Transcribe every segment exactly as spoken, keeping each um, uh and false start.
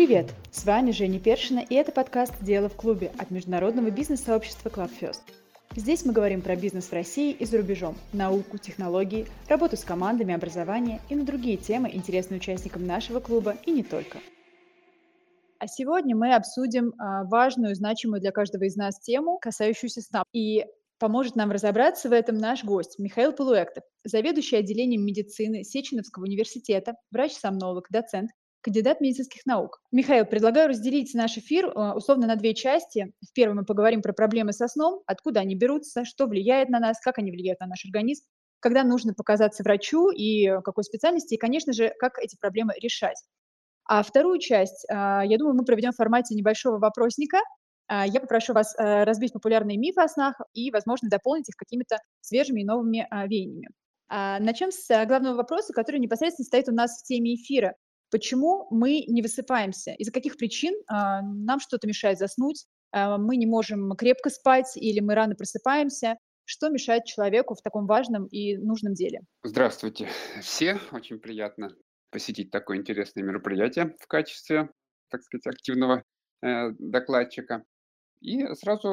Привет! С вами Женя Першина, и это подкаст «Дело в клубе» от международного бизнес-сообщества ClubFirst. Здесь мы говорим про бизнес в России и за рубежом, науку, технологии, работу с командами, образование и на другие темы, интересные участникам нашего клуба и не только. А сегодня мы обсудим а, важную, значимую для каждого из нас тему, касающуюся сна. И поможет нам разобраться в этом наш гость Михаил Полуэктов, заведующий отделением медицины Сеченовского университета, врач-сомнолог, доцент, кандидат медицинских наук. Михаил, предлагаю разделить наш эфир а, условно на две части. В первой мы поговорим про проблемы со сном, откуда они берутся, что влияет на нас, как они влияют на наш организм, когда нужно показаться врачу и какой специальности, и, конечно же, как эти проблемы решать. А вторую часть, а, я думаю, мы проведем в формате небольшого вопросника. А, Я попрошу вас э, разбить популярные мифы о снах и, возможно, дополнить их какими-то свежими и новыми а, веяниями. А, Начнем с а, главного вопроса, который непосредственно стоит у нас в теме эфира. Почему мы не высыпаемся? Из-за каких причин а, нам что-то мешает заснуть? А, Мы не можем крепко спать или мы рано просыпаемся? Что мешает человеку в таком важном и нужном деле? Здравствуйте все. Очень приятно посетить такое интересное мероприятие в качестве, так сказать, активного э, докладчика. И сразу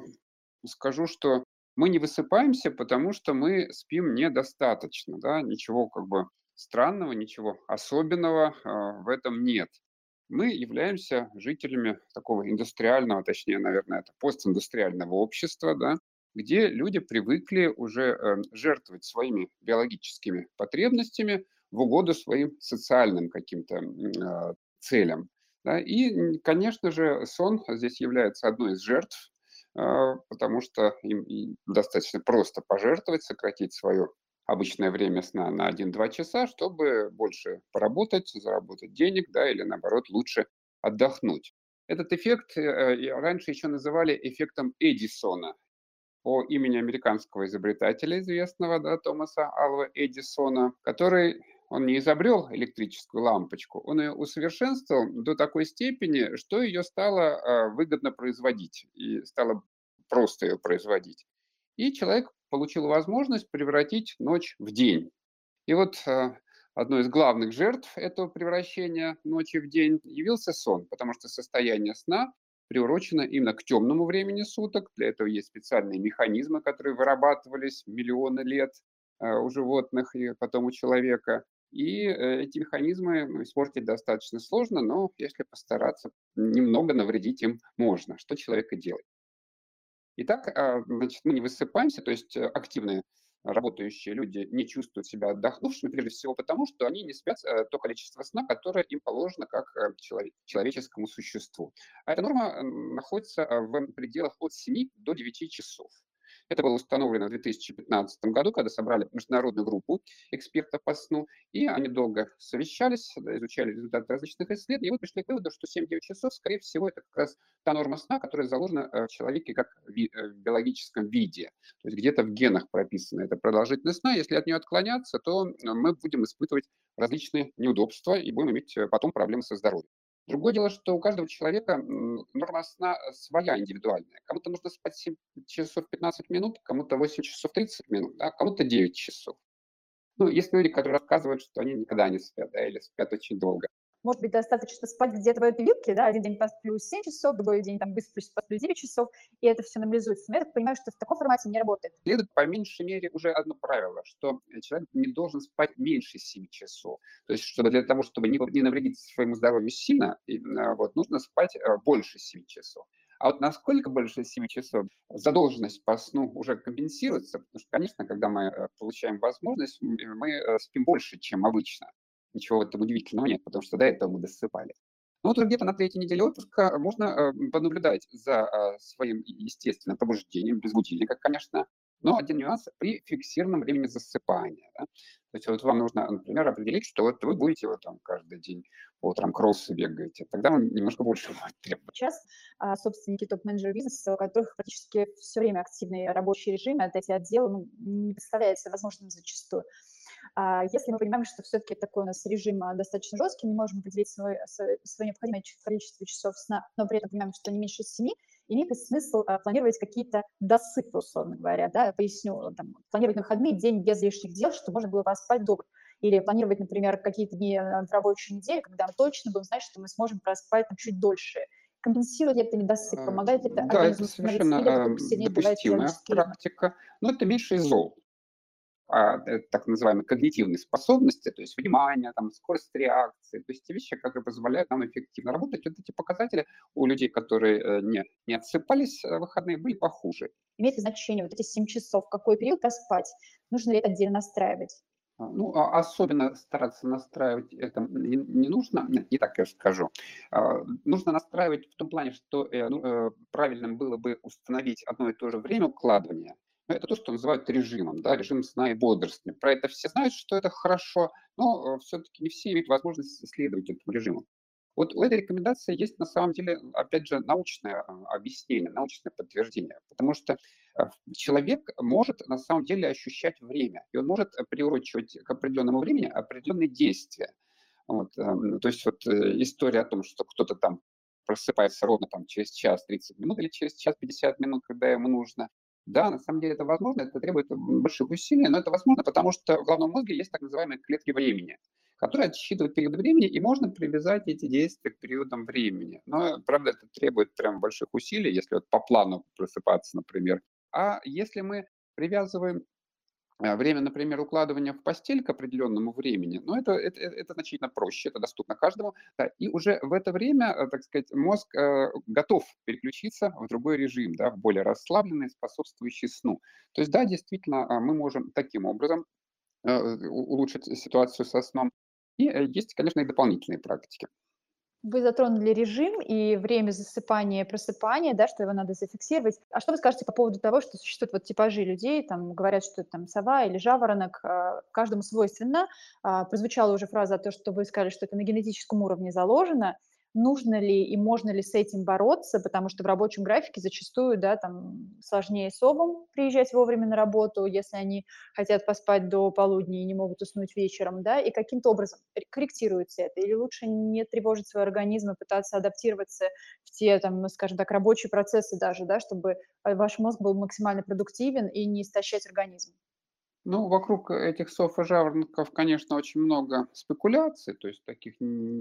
э, скажу, что мы не высыпаемся, потому что мы спим недостаточно. Да? Ничего как бы странного, ничего особенного э, в этом нет. Мы являемся жителями такого индустриального, точнее, наверное, это постиндустриального общества, да, где люди привыкли уже э, жертвовать своими биологическими потребностями в угоду своим социальным каким-то м, а, целям. Да. И, м, конечно же, сон здесь является одной из жертв, а, потому что им и достаточно просто пожертвовать, сократить свое обычное время сна на один-два часа, чтобы больше поработать, заработать денег, да, или наоборот лучше отдохнуть. Этот эффект э, и раньше еще называли эффектом Эдисона по имени американского изобретателя известного, да, Томаса Алва Эдисона, который он не изобрел электрическую лампочку, он ее усовершенствовал до такой степени, что ее стало а, выгодно производить и стало просто ее производить. И человек получил возможность превратить ночь в день. И вот а, одной из главных жертв этого превращения ночи в день явился сон, потому что состояние сна приурочено именно к темному времени суток. Для этого есть специальные механизмы, которые вырабатывались миллионы лет а, у животных и потом у человека. И э, эти механизмы ну, испортить достаточно сложно, но если постараться, немного навредить им можно, что человек и делает. Итак, а, значит, мы не высыпаемся, то есть э, активные работающие люди не чувствуют себя отдохнувшими, прежде всего потому, что они не спят э, то количество сна, которое им положено как э, челове- человеческому существу. А эта норма э, находится э, в пределах от семи до девяти часов. Это было установлено в две тысячи пятнадцатом году, когда собрали международную группу экспертов по сну, и они долго совещались, да, изучали результаты различных исследований, и вот пришли к выводу, что семь-девять часов, скорее всего, это как раз та норма сна, которая заложена э, в человеке как ви- э, в биологическом виде. То есть где-то в генах прописана эта продолжительность сна. Если от нее отклоняться, то э, мы будем испытывать различные неудобства и будем иметь э, потом проблемы со здоровьем. Другое дело, что у каждого человека м, норма сна э, своя, индивидуальная. Кому-то нужно спать семь часов пятнадцать минут, кому-то восемь часов тридцать минут, да, кому-то девять часов. Ну, есть люди, которые рассказывают, что они никогда не спят, да, или спят очень долго. Может быть, достаточно спать где-то в этой вилке, да, один день посплю семь часов, другой день там высплюсь, посплю девять часов, и это все нормализуется. Но я так понимаю, что в таком формате не работает. Следует по меньшей мере уже одно правило, что э, человек не должен спать меньше семи часов. То есть, чтобы для того, чтобы не, не навредить своему здоровью сильно, и, а, вот, нужно спать э, больше семи часов. А вот насколько больше семи часов, задолженность по сну уже компенсируется, потому что, конечно, когда мы э, получаем возможность, м, э, мы э, спим больше, чем обычно. Ничего в этом удивительного нет, потому что до этого мы досыпали. Ну, вот уже где-то на третьей неделе отпуска можно э, понаблюдать за а, своим естественным пробуждением, без будильника, конечно, но один нюанс при фиксированном времени засыпания. Да. То есть вот вам нужно, например, определить, что вот вы будете вот там каждый день по утрам кроссы бегаете, тогда вам немножко больше будет требовать. Сейчас а, собственники топ-менеджеры бизнеса, у которых практически все время активный рабочий режим, от эти отделы ну, не представляется возможным зачастую. А если мы понимаем, что все-таки такой у нас режим а, достаточно жесткий, мы можем определить свой, свое, свое необходимое ч- количество часов сна, но при этом понимаем, что не меньше семи, имеет ли смысл а, планировать какие-то досыпы, условно говоря, да, поясню, там, планировать на выходные день без лишних дел, чтобы можно было поспать дома. или планировать, например, какие-то дни э, в рабочую неделю, когда мы точно будем знать, что мы сможем проспать там чуть дольше. Компенсирует ли это недосып? А, Помогает ли это Да, это организму восстановиться? совершенно Или это только ам, сильнее добивает допустимая физиологический ритм? практика, но это меньше из зол. А, э, так называемые когнитивные способности, то есть внимание, там, скорость реакции, то есть те вещи, которые позволяют нам эффективно работать. Вот эти показатели у людей, которые э, не, не отсыпались э, в выходные, были похуже. Имеет ли значение вот эти семь часов, в какой период поспать? Нужно ли это отдельно настраивать? А, Ну, а особенно стараться настраивать это не, не нужно, не не так я скажу. А, Нужно настраивать в том плане, что э, ну, э, правильным было бы установить одно и то же время укладывания. Но это то, что называют режимом, да, режим сна и бодрствования. Про это все знают, что это хорошо, но все-таки не все имеют возможность следовать этому режиму. Вот у этой рекомендации есть на самом деле, опять же, научное а, объяснение, научное подтверждение, потому что а, человек может на самом деле ощущать время, и он может э, приурочивать к определенному времени определенные действия. Вот, эм, то есть вот э, история о том, что кто-то там просыпается ровно там через час тридцать минут или через час пятьдесят минут, когда ему нужно. Да, на самом деле это возможно, это требует м, больших усилий, но это возможно, потому что в головном мозге есть так называемые клетки времени, которые отсчитывают период времени, и можно привязать эти действия к периодам времени. Но, правда, это требует прям больших усилий, если вот по плану просыпаться, например. А если мы привязываем э, время, например, укладывания в постель к определенному времени, но это, это, э, это значительно проще, это доступно каждому. Да, и уже в это время, э, так сказать, мозг э, готов переключиться в другой режим, да, в более расслабленный, способствующий сну. То есть, да, действительно, а, мы можем таким образом э, у- улучшить ситуацию со сном. И э, есть, конечно, и дополнительные практики. Вы затронули режим и время засыпания и просыпания, да, что его надо зафиксировать. А что вы скажете по поводу того, что существуют вот типажи людей, там говорят, что это там сова или жаворонок, а, каждому свойственно. А, прозвучала уже фраза о том, что вы сказали, что это на генетическом уровне заложено. Нужно ли и можно ли с этим бороться, потому что в рабочем графике зачастую, да, там сложнее совам приезжать вовремя на работу, если они хотят поспать до полудня и не могут уснуть вечером, да, и каким-то образом корректируется это? Или лучше не тревожить свой организм и пытаться адаптироваться в те, там, ну, скажем так, рабочие процессы даже, да, чтобы э, ваш мозг был максимально продуктивен и не истощать организм? Ну, вокруг этих сов и жаворонков, конечно, очень много спекуляций, то есть таких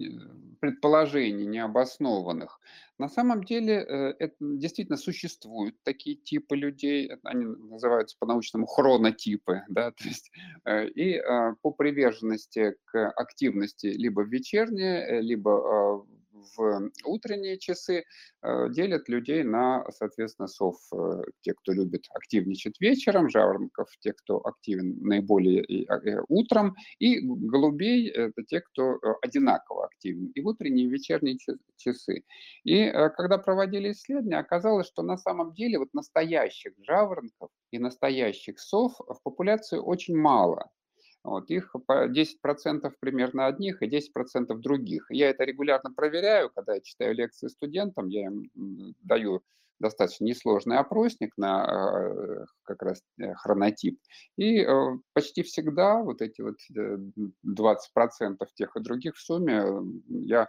н- предположений необоснованных. На самом деле, э, это действительно существуют такие типы людей, это они называются по-научному хронотипы, да, то есть э, и э, по приверженности к активности либо в вечерние, э, либо э, в утренние часы э, делят людей на, соответственно, сов, э, те, кто любит активничать вечером, жаворонков, те, кто активен наиболее и, а, э, утром, и голубей — это те, кто э, одинаково активен и в утренние, и в вечерние ча- часы. И э, когда проводили исследования, оказалось, что на самом деле вот настоящих жаворонков и настоящих сов в популяции очень мало. Вот, их по десять процентов примерно одних и десять процентов других. Я это регулярно проверяю, когда я читаю лекции студентам, я им м, даю достаточно несложный опросник на э, как раз э, хронотип. И э, почти всегда вот эти вот э, двадцать процентов тех и других в сумме э, я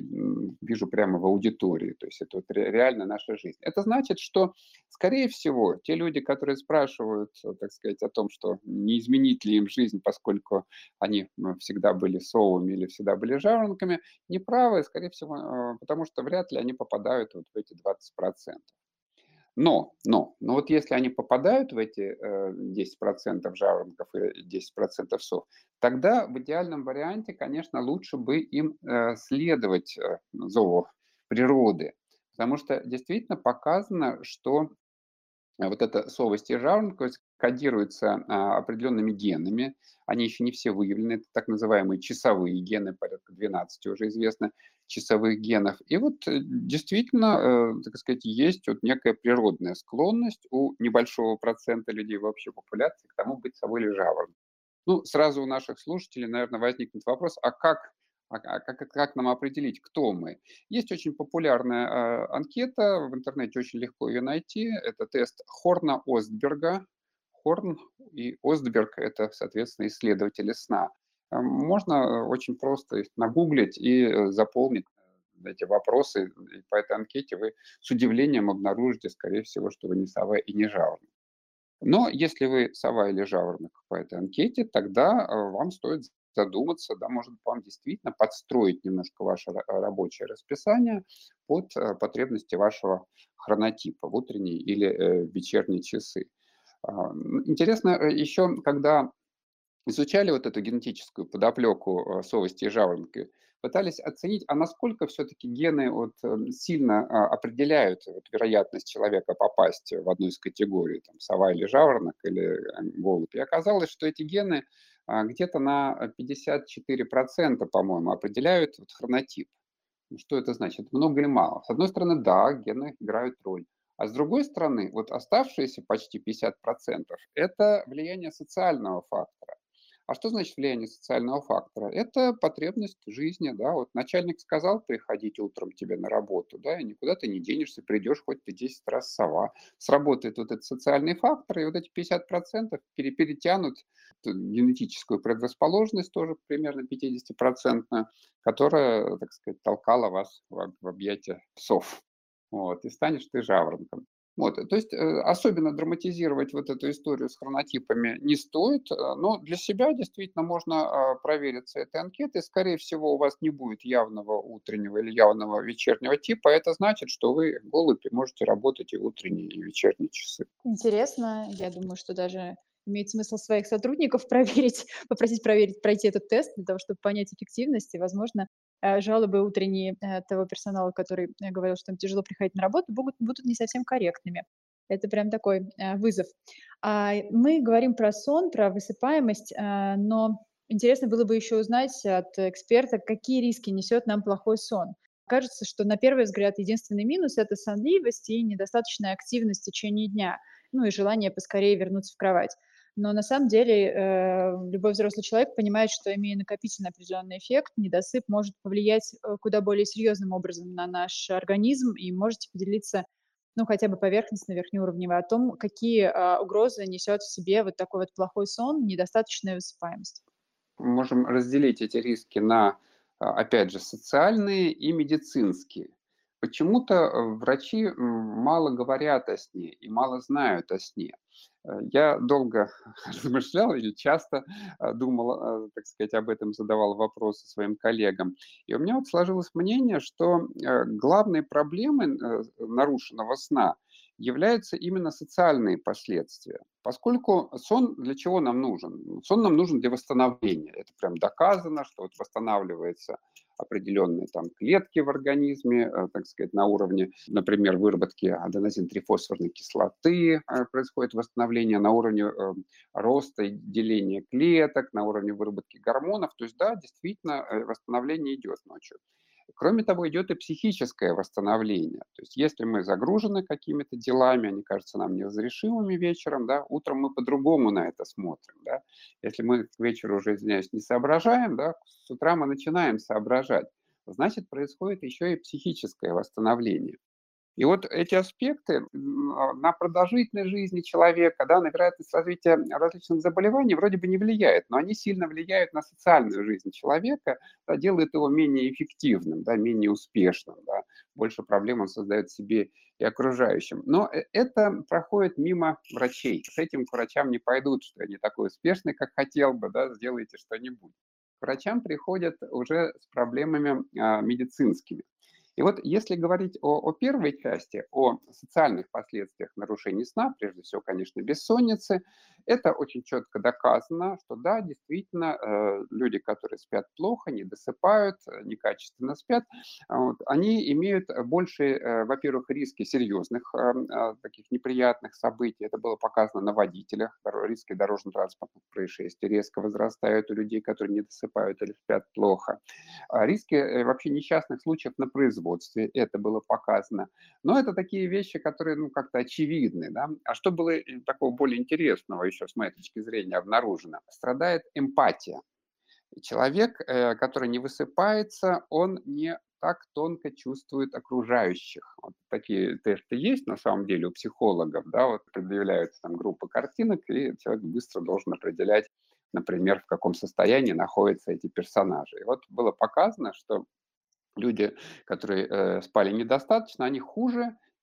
м, вижу прямо в аудитории. То есть это вот ре- реально наша жизнь. Это значит, что, скорее всего, те люди, которые спрашивают, э, так сказать, о том, что не изменит ли им жизнь, поскольку они м, всегда были совами или всегда были жаворонками, неправы, скорее всего, э, потому что вряд ли они попадают вот в эти двадцать процентов. Но, но, но вот если они попадают в эти э, десять процентов жаворонков и десять процентов сов, тогда в идеальном варианте, конечно, лучше бы им э, следовать э, зову природы. Потому что действительно показано, что а вот эта совость и жаворонковость кодируется а, определенными генами. Они еще не все выявлены. Это так называемые часовые гены, порядка двенадцати уже известно часовых генов. И вот э, действительно, э, так сказать, есть вот некая природная склонность у небольшого процента людей в общей популяции к тому, быть совой или жаворонком. Ну, сразу у наших слушателей, наверное, возникнет вопрос, а как, а, а как, как нам определить, кто мы? Есть очень популярная а, анкета, в интернете очень легко ее найти. Это тест Хорна-Остберга. Хорн и Остберг — это, соответственно, исследователи сна. А, Можно э, очень просто их нагуглить и э, заполнить э, эти вопросы. И по этой анкете вы с удивлением обнаружите, скорее всего, что вы не сова и не жаворонок. Но если вы сова или жаворонок по этой анкете, тогда э, вам стоит задуматься, да, может вам действительно подстроить немножко ваше ра- рабочее расписание под э, потребности вашего хронотипа в утренние или э, вечерние часы. А, м, Интересно э, еще, когда изучали вот эту генетическую подоплеку, э, совести и жаворонка, пытались оценить, а насколько все-таки гены вот, эм, сильно а, определяют вот, вероятность человека попасть в одну из категорий, там, сова или жаворонок, или э, голубь. И оказалось, что эти гены а, где-то на пятьдесят четыре процента, по-моему, определяют вот, хронотип. Ну, что это значит? Много или мало? С одной стороны, да, гены играют роль. А с другой стороны, вот оставшиеся почти пятьдесят процентов это влияние социального фактора. А что значит влияние социального фактора? Это потребность жизни, да, вот начальник сказал приходить утром тебе на работу, да, и никуда ты не денешься, придешь, хоть ты десять раз сова. Сработает вот этот социальный фактор, и вот эти пятьдесят процентов пере- перетянут ту генетическую предрасположенность, тоже примерно пятидесятипроцентную, которая, так сказать, толкала вас в об в объятия псов. Вот, и станешь ты жаворонком. Вот, то есть, э, особенно драматизировать вот эту историю с хронотипами не стоит, э, но для себя действительно можно, а, провериться этой анкетой. Скорее всего, у вас не будет явного утреннего или явного вечернего типа. Это значит, что вы голубь и можете работать и в утренние, и в вечерние часы. Интересно. Я думаю, что даже имеет смысл своих сотрудников проверить, попросить проверить, пройти этот тест для того, чтобы понять эффективность. И, возможно, э, жалобы утренние э, того персонала, который э, говорил, что им тяжело приходить на работу, будут, будут не совсем корректными. Это прям такой э, вызов. А, мы говорим про сон, про высыпаемость, а, но интересно было бы еще узнать от эксперта, какие риски несет нам плохой сон. Кажется, что на первый взгляд единственный минус — это сонливость и недостаточная активность в течение дня, ну и желание поскорее вернуться в кровать. Но на самом деле э, любой взрослый человек понимает, что, имея накопительный определенный эффект, недосып может повлиять э, куда более серьезным образом на наш организм. И можете поделиться, ну, хотя бы поверхностно, верхнеуровнево, о том, какие а, угрозы несет в себе вот такой вот плохой сон, недостаточная высыпаемость. Мы можем разделить эти риски на, а, опять же, социальные и медицинские. Почему-то э, врачи м, мало говорят о сне и мало знают о сне. Э, Я долго размышлял или часто а, думал, а, так сказать, об этом, задавал вопросы своим коллегам. И у меня вот сложилось мнение, что э, главной проблемой э, нарушенного сна являются именно социальные последствия. Поскольку сон для чего нам нужен? Сон нам нужен для восстановления. Это прям доказано, что вот восстанавливаются определенные там клетки в организме, э, так сказать, на уровне, например, выработки аденозин-трифосфорной кислоты, э, происходит восстановление на уровне э, роста и деления клеток, на уровне выработки гормонов. То есть, да, действительно, э, восстановление идет ночью. Кроме того, идет и психическое восстановление. То есть если мы загружены какими-то делами, они кажутся нам неразрешимыми вечером, да, утром мы по-другому на это смотрим. Да. Если мы к вечеру уже, извиняюсь, не соображаем, да, с утра мы начинаем соображать. Значит, происходит еще и психическое восстановление. И вот эти аспекты м, а, на продолжительность жизни человека, да, на вероятность развития различных заболеваний вроде бы не влияет, но они сильно влияют на социальную жизнь человека, да, делают его менее эффективным, да, менее успешным, да, больше проблем он создает себе и окружающим. Но э- это проходит мимо врачей. С этим к врачам не пойдут, что я не такой успешный, как хотел бы, да, сделайте что-нибудь. К врачам приходят уже с проблемами а, медицинскими. И вот если говорить о, о первой части, о социальных последствиях нарушений сна, прежде всего, конечно, бессонницы, это очень четко доказано, что да, действительно, э, люди, которые спят плохо, не досыпают, э, некачественно спят, а, вот, они имеют больше, э, во-первых, риски серьезных э, э, таких неприятных событий. Это было показано на водителях. Доро- Риски дорожно-транспортных происшествий резко возрастают у людей, которые не досыпают или спят плохо. А риски э, вообще несчастных случаев на производстве, это было показано. Но это такие вещи, которые, ну, как-то очевидны, да. А что было э, такого более интересного еще, с моей точки зрения, обнаружено? Страдает эмпатия. Человек, э, который не высыпается, он не так тонко чувствует окружающих. Вот такие тесты есть на самом деле у психологов, да, вот предъявляются там группа картинок, и человек быстро должен определять, например, в каком состоянии находятся эти персонажи. И вот было показано, что люди, которые э, спали недостаточно, они хуже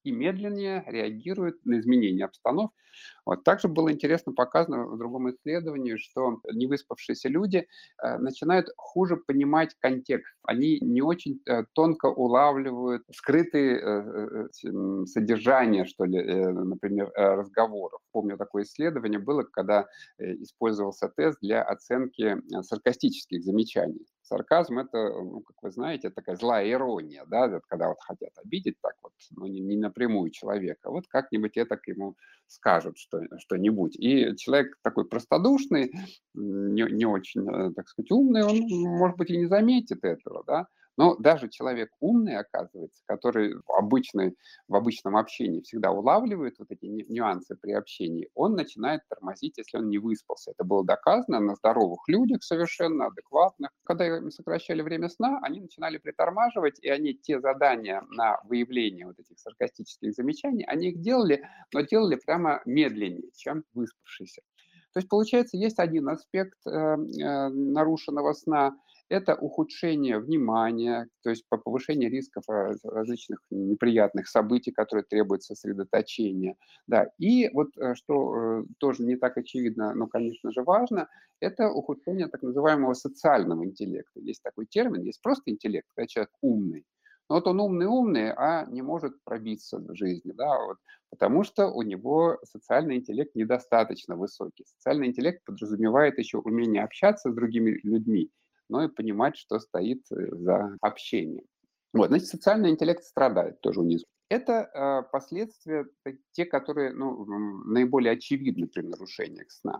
и медленнее реагируют на изменения обстановки. Вот. Также было интересно показано в другом исследовании, что невыспавшиеся люди э, начинают хуже понимать контекст. Они не очень э, тонко улавливают скрытые э, э, эти, м, содержания, что ли, э, например, э, разговоров. Помню, такое исследование было, когда э, использовался тест для оценки э, саркастических замечаний. Сарказм — это, ну, как вы знаете, такая злая ирония, да, вот когда вот хотят обидеть так вот, ну, не, не напрямую человека, вот как-нибудь это к ему скажут что, что-нибудь. И человек такой простодушный, не, не очень, э, так сказать, умный, он, может быть, и не заметит этого, да, но даже человек умный, оказывается, который в, обычной, в обычном общении всегда улавливает вот эти ню- нюансы при общении, он начинает тормозить, если он не выспался. Это было доказано на здоровых людях совершенно адекватных. Когда им сокращали время сна, они начинали притормаживать, и они те задания на выявление вот этих саркастических замечаний, они их делали, но делали прямо медленнее, чем выспавшиеся. То есть, получается, есть один аспект э, э, нарушенного сна — это ухудшение внимания, то есть по повышение рисков э, различных неприятных событий, которые требуют сосредоточения. Да. И вот э, что э, тоже не так очевидно, но, конечно же, важно, это ухудшение так называемого социального интеллекта. Есть такой термин, есть просто интеллект, когда человек умный. Но вот он умный-умный, а не может пробиться в жизни, да, вот, потому что у него социальный интеллект недостаточно высокий. Социальный интеллект подразумевает еще умение общаться с другими людьми, но и понимать, что стоит э, за общением. Вот, значит, социальный интеллект страдает тоже у них. Это э, последствия, та- те, которые ну, м, наиболее очевидны при нарушениях сна.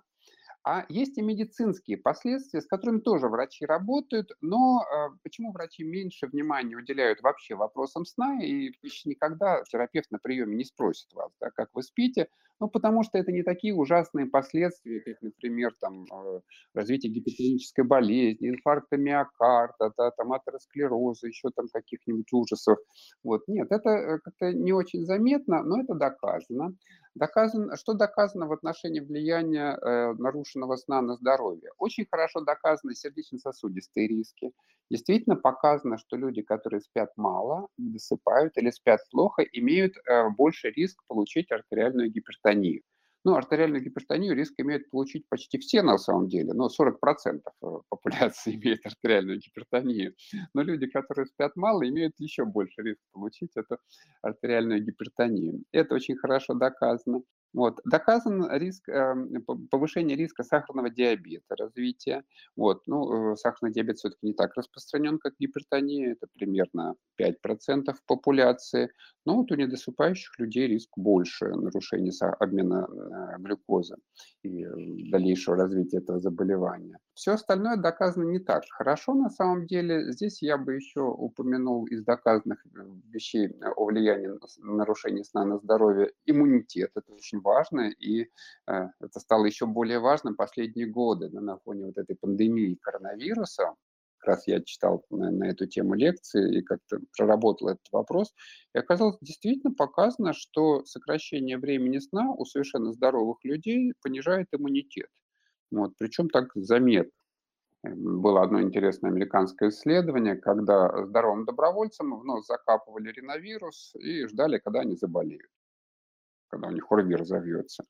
А есть и медицинские последствия, с которыми тоже врачи работают, но э, почему врачи меньше внимания уделяют вообще вопросам сна и почти никогда терапевт на приеме не спросит вас, да, как вы спите, ну потому что это не такие ужасные последствия, как, например, там, э, развитие гипертонической болезни, инфаркта миокарда, да, там, атеросклероза, еще там каких-нибудь ужасов. Вот. Нет, это э, как-то не очень заметно, но это доказано. Доказано, что доказано в отношении влияния э, нарушенного сна на здоровье? Очень хорошо доказаны сердечно-сосудистые риски. Действительно показано, что люди, которые спят мало, не досыпают или спят плохо, имеют э, больше риск получить артериальную гипертонию. Ну, артериальную гипертонию риск имеют получить почти все на самом деле, но сорок процентов э, популяции имеет артериальную гипертонию. Но люди, которые спят мало, имеют еще больше риск получить эту артериальную гипертонию. Это очень хорошо доказано. Вот. Доказан риск, э, повышение риска сахарного диабета, развития. Вот. Ну, э, сахарный диабет все-таки не так распространен, как гипертония. Это примерно пять процентов популяции. Но вот у недосыпающих людей риск больше нарушения обмена э, глюкозы и э, дальнейшего развития этого заболевания. Все остальное доказано не так хорошо на самом деле. Здесь я бы еще упомянул из доказанных э, вещей э, о влиянии на с- нарушения сна на здоровье иммунитет. Это очень важно, и э, это стало еще более важным последние годы, да, на фоне вот этой пандемии коронавируса. Как раз я читал на, на эту тему лекции и как-то проработал этот вопрос. И оказалось, действительно показано, что сокращение времени сна у совершенно здоровых людей понижает иммунитет. Вот, причем так заметно. М, Было одно интересное американское исследование, когда здоровым добровольцам в нос закапывали риновирус и ждали, когда они заболеют, когда у них ОРВИ разовьется.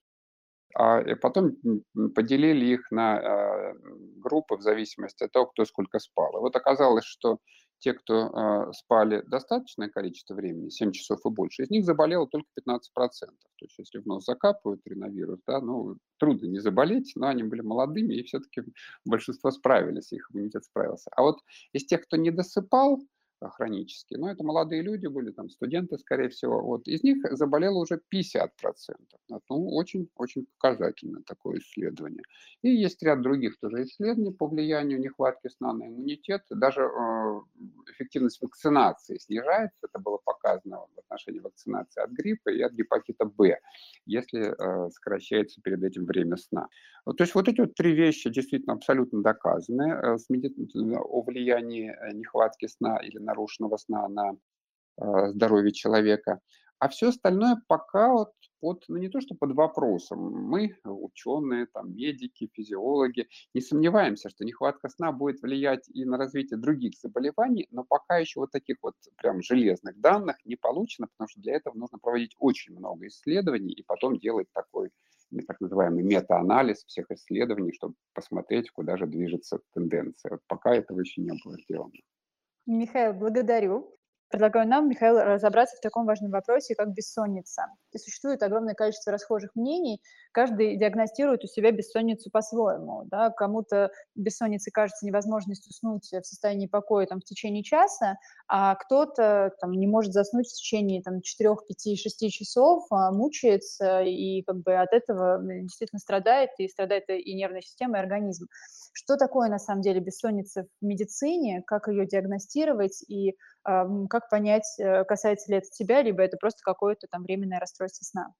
А, и потом, м, поделили их на, а, группы в зависимости от того, кто сколько спал. И вот оказалось, что те, кто, а, спали достаточное количество времени, семь часов и больше, из них заболело только пятнадцать процентов. То есть если в нос закапывают риновирус, да, ну, трудно не заболеть, но они были молодыми, и все таки большинство справились, их иммунитет справился. А вот из тех, кто не досыпал, а, хронически, ну, это молодые люди были, там студенты, скорее всего, вот, из них заболело уже пятьдесят процентов. Вот, ну, очень очень показательное такое исследование. И есть ряд других тоже исследований по влиянию нехватки сна на иммунитет. Даже, э, эффективность вакцинации снижается. Это было показано в отношении вакцинации от гриппа и от гепатита Б, если, э, сокращается перед этим время сна. Вот, то есть вот эти вот три вещи действительно абсолютно доказаны, э, с меди о влиянии, э, нехватки сна или нарушенного сна на, э, здоровье человека. А все остальное пока вот под, ну не то что под вопросом. Мы, ученые, там, медики, физиологи, не сомневаемся, что нехватка сна будет влиять и на развитие других заболеваний, но пока еще вот таких вот прям железных данных не получено, потому что для этого нужно проводить очень много исследований и потом делать такой м, так называемый мета-анализ всех исследований, чтобы посмотреть, куда же движется тенденция. Вот пока этого еще не было сделано. Михаил, благодарю. Предлагаю нам, Михаил, разобраться в таком важном вопросе, как бессонница. И существует огромное количество расхожих мнений. Каждый диагностирует у себя бессонницу по-своему. Да? Кому-то бессонница кажется невозможность уснуть в состоянии покоя там, в течение часа, а кто-то там, не может заснуть в течение там, четырех, пяти, шести часов, а, мучается и как бы от этого м, действительно страдает, и страдает и нервная система, и организм. Что такое на самом деле бессонница в медицине, как ее диагностировать и ам, как понять, э, касается ли это тебя, либо это просто какое-то там временное расстройство сна?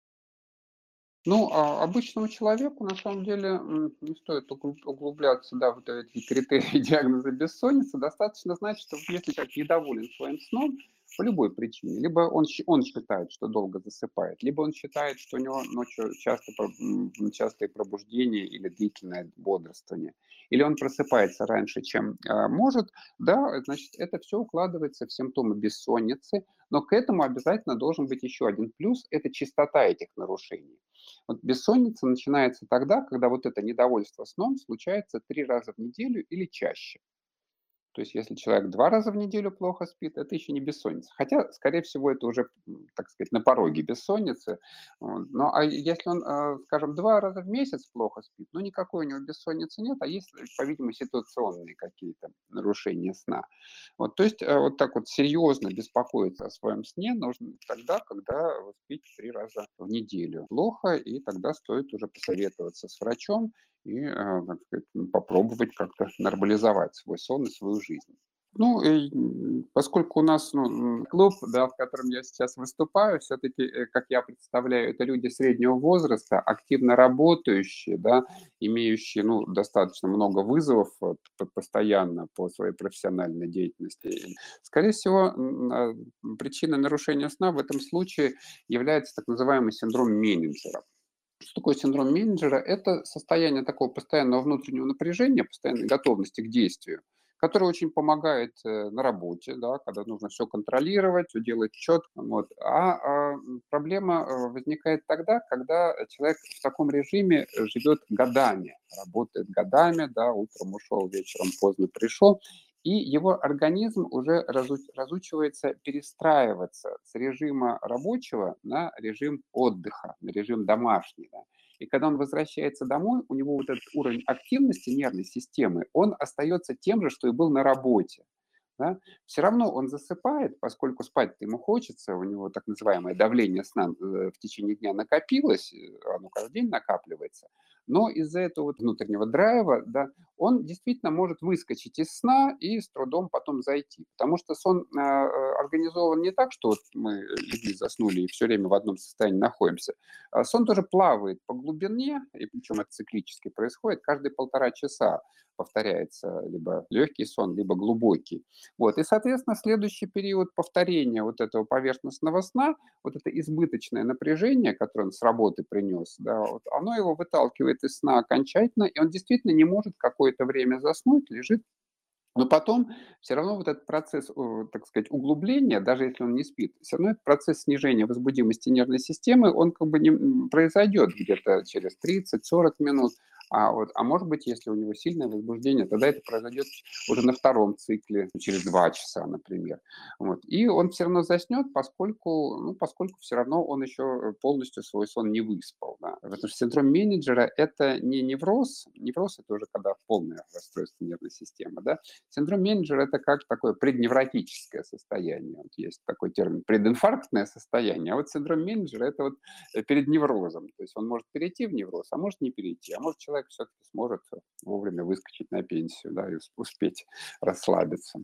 Ну, а обычному человеку на самом деле м, не стоит углуб- углубляться, да, вот эти критерии диагноза бессонницы. Достаточно знать, что если человек недоволен своим сном по любой причине, либо он, щ- он считает, что долго засыпает, либо он считает, что у него ночью часто, про- м, частые пробуждения или длительное бодрствование, или он просыпается раньше, чем а, может, да, значит, это все укладывается в симптомы бессонницы, но к этому обязательно должен быть еще один плюс – это частота этих нарушений. Вот бессонница начинается тогда, когда вот это недовольство сном случается три раза в неделю или чаще. То есть если человек два раза в неделю плохо спит, это еще не бессонница. Хотя, скорее всего, это уже, м, так сказать, на пороге бессонницы. Вот. Ну, а если он, э, скажем, два раза в месяц плохо спит, ну, никакой у него бессонницы нет, а есть, по-видимому, ситуационные какие-то нарушения сна. Вот, то есть э, вот так вот серьезно беспокоиться о своем сне нужно тогда, когда вы спите три раза в неделю. Плохо, и тогда стоит уже посоветоваться с врачом и, э, так сказать, м, попробовать как-то нормализовать свой сон и свою жизнь. Ну, и, м, поскольку у нас, ну, м, клуб, да, в котором я сейчас выступаю, все-таки, как я представляю, это люди среднего возраста, активно работающие, да, имеющие, ну, достаточно много вызовов вот, п- постоянно по своей профессиональной деятельности. И, скорее всего, м, а, причиной нарушения сна в этом случае является так называемый синдром менеджера. Что такое синдром менеджера? Это состояние такого постоянного внутреннего напряжения, постоянной готовности к действию, которое очень помогает э, на работе, да, когда нужно все контролировать, все делать четко. Вот. А, а, м, проблема э, возникает тогда, когда человек в таком режиме э, живет годами, работает годами, да, утром ушел, вечером поздно пришел, и его организм уже разу- разучивается перестраиваться с режима рабочего на режим отдыха, на режим домашний. Да. И когда он возвращается домой, у него вот этот уровень активности нервной системы, он остается тем же, что и был на работе. Да? Все равно он засыпает, поскольку спать ему хочется, у него так называемое давление сна э, в течение дня накопилось, э, оно каждый день накапливается, но из-за этого вот внутреннего драйва, да, он действительно может выскочить из сна и с трудом потом зайти. Потому что сон э, э, организован не так, что вот мы легли, заснули и все время в одном состоянии находимся. А сон тоже плавает по глубине, и причем это циклически происходит, каждые полтора часа повторяется либо легкий сон, либо глубокий. Вот. И, соответственно, следующий период повторения вот этого поверхностного сна, вот это избыточное напряжение, которое он с работы принес, да, вот, оно его выталкивает из сна окончательно, и он действительно не может какое-то время заснуть, лежит. Но потом все равно вот этот процесс, э, так сказать, углубления, даже если он не спит, все равно этот процесс снижения возбудимости нервной системы, он как бы не, м, произойдет где-то через тридцать-сорок минут. А, вот, а может быть, если у него сильное возбуждение, тогда это произойдет уже на втором цикле, через два часа, например. Вот. И он все равно заснет, поскольку, ну, поскольку все равно он еще полностью свой сон не выспал. Да. Потому что синдром менеджера – это не невроз, невроз – это уже когда полное расстройство нервной системы, да. Синдром менеджера – это как такое предневротическое состояние. Вот есть такой термин прединфарктное состояние, а вот синдром менеджера – это вот э, перед неврозом. То есть он может перейти в невроз, а может не перейти. А может человек все-таки сможет вовремя выскочить на пенсию, да, и успеть расслабиться.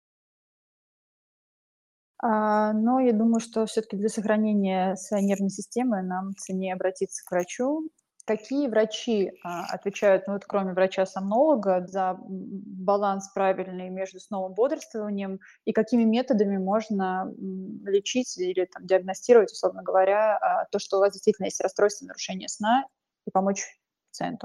А, но я думаю, что все таки для сохранения своей нервной системы нам ценнее обратиться к врачу. Какие врачи, а, отвечают, ну вот кроме врача-сомнолога, за м, баланс правильный между сном и бодрствованием, и какими методами можно, м, лечить или там диагностировать, условно говоря, а, то, что у вас действительно есть расстройство нарушения сна, и помочь пациенту?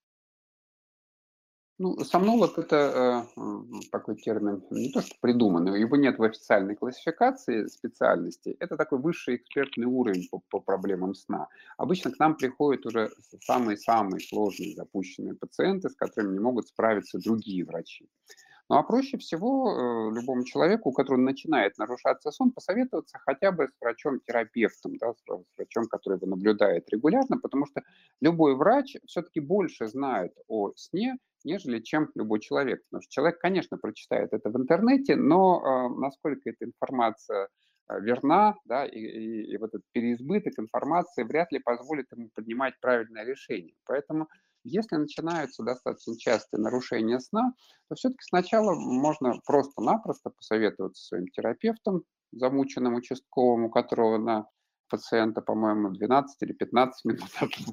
Ну, сомнолог — это, э, м, такой термин не то что придуманный, его нет в официальной классификации специальностей. Это такой высший экспертный уровень по по проблемам сна. Обычно к нам приходят уже с самые-самые сложные запущенные пациенты, с которыми не могут справиться другие врачи. Ну, а проще всего, э, любому человеку, у которого начинает нарушаться сон, посоветоваться хотя бы с врачом-терапевтом, да, с вра с врачом, который его наблюдает регулярно, потому что любой врач все-таки больше знает о сне, нежели чем любой человек. Потому что человек, конечно, прочитает это в интернете, но э, насколько эта информация э, верна, да, и, и, и вот этот переизбыток информации вряд ли позволит ему принимать правильное решение. Поэтому, если начинаются достаточно частые нарушения сна, то все-таки сначала можно просто-напросто посоветоваться со своим терапевтом, замученным участковым, у которого на пациента, по-моему, двенадцать или пятнадцать минут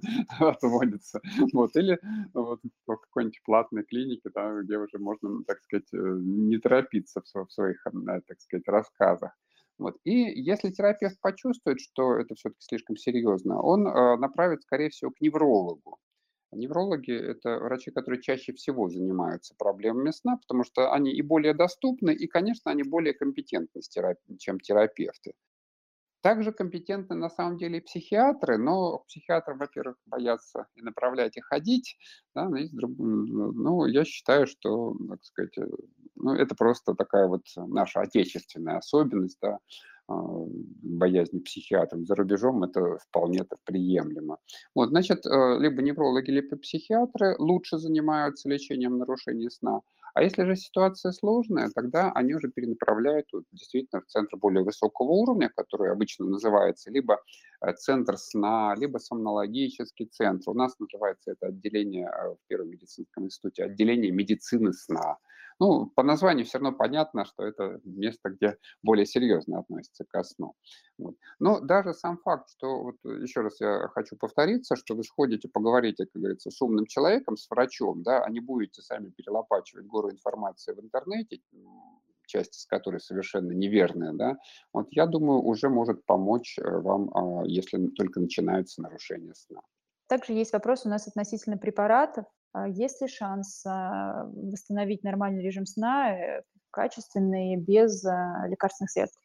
отводится. Вот. Или вот в какой-нибудь платной клинике, да, где уже можно, ну, так сказать, э, не торопиться в сво- в своих, э, так сказать, рассказах. Вот. И если терапевт почувствует, что это все-таки слишком серьезно, он э, направит, скорее всего, к неврологу. Неврологи — это врачи, которые чаще всего занимаются проблемами сна, потому что они и более доступны, и, конечно, они более компетентны, с терап- чем терапевты. Также компетентны на самом деле и психиатры, но психиатры, во-первых, боятся и направлять, и ходить. Да, но есть друг- м, ну, я считаю, что, так сказать, э, ну, это просто такая вот наша отечественная особенность, да, а, боязни психиатров. За рубежом это вполне это приемлемо. Вот, значит, э, либо неврологи, либо психиатры лучше занимаются лечением нарушений сна. А если же ситуация сложная, тогда они уже перенаправляют вот действительно в центр более высокого уровня, который обычно называется либо э, центр сна, либо сомнологический центр. У нас называется это отделение э, в Первом медицинском институте, отделение медицины сна. Ну, по названию все равно понятно, что это место, где более серьезно относится ко сну. Вот. Но даже сам факт, что, вот э, еще раз я хочу повториться, что вы сходите, поговорите, как говорится, с умным человеком, с врачом, да, а не будете сами перелопачивать гору информации в интернете, м, часть из которой совершенно неверная, да, вот я думаю, уже может помочь э, вам, а, если только начинаются нарушения сна. Также есть вопрос у нас относительно препаратов. А, есть ли шанс, а, восстановить нормальный режим сна, э, качественный, без, а, лекарственных средств?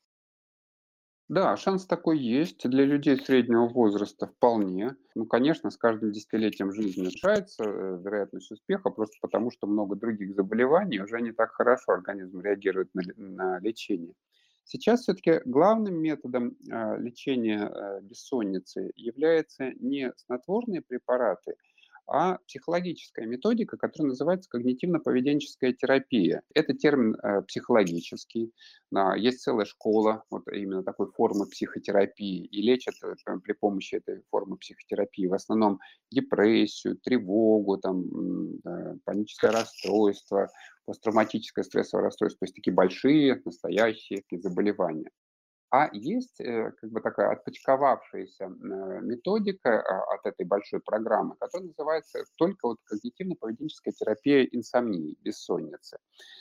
Да, шанс такой есть. Для людей среднего возраста вполне. Ну, конечно, с каждым десятилетием жизни уменьшается э, вероятность успеха, просто потому что много других заболеваний уже не так хорошо организм реагирует на, ле- на лечение. Сейчас все-таки главным методом э, лечения э, бессонницы является не снотворные препараты, а психологическая методика, которая называется когнитивно-поведенческая терапия. Это термин э, психологический. А, есть целая школа вот именно такой формы психотерапии, и лечат э, прям при помощи этой формы психотерапии в основном депрессию, тревогу, там, м, э, паническое расстройство, посттравматическое стрессовое расстройство, то есть такие большие, настоящие такие заболевания. А есть, э, как бы такая отпочковавшаяся, э, методика, а, от этой большой программы, которая называется только вот когнитивно-поведенческая терапия инсомнии, бессонницы.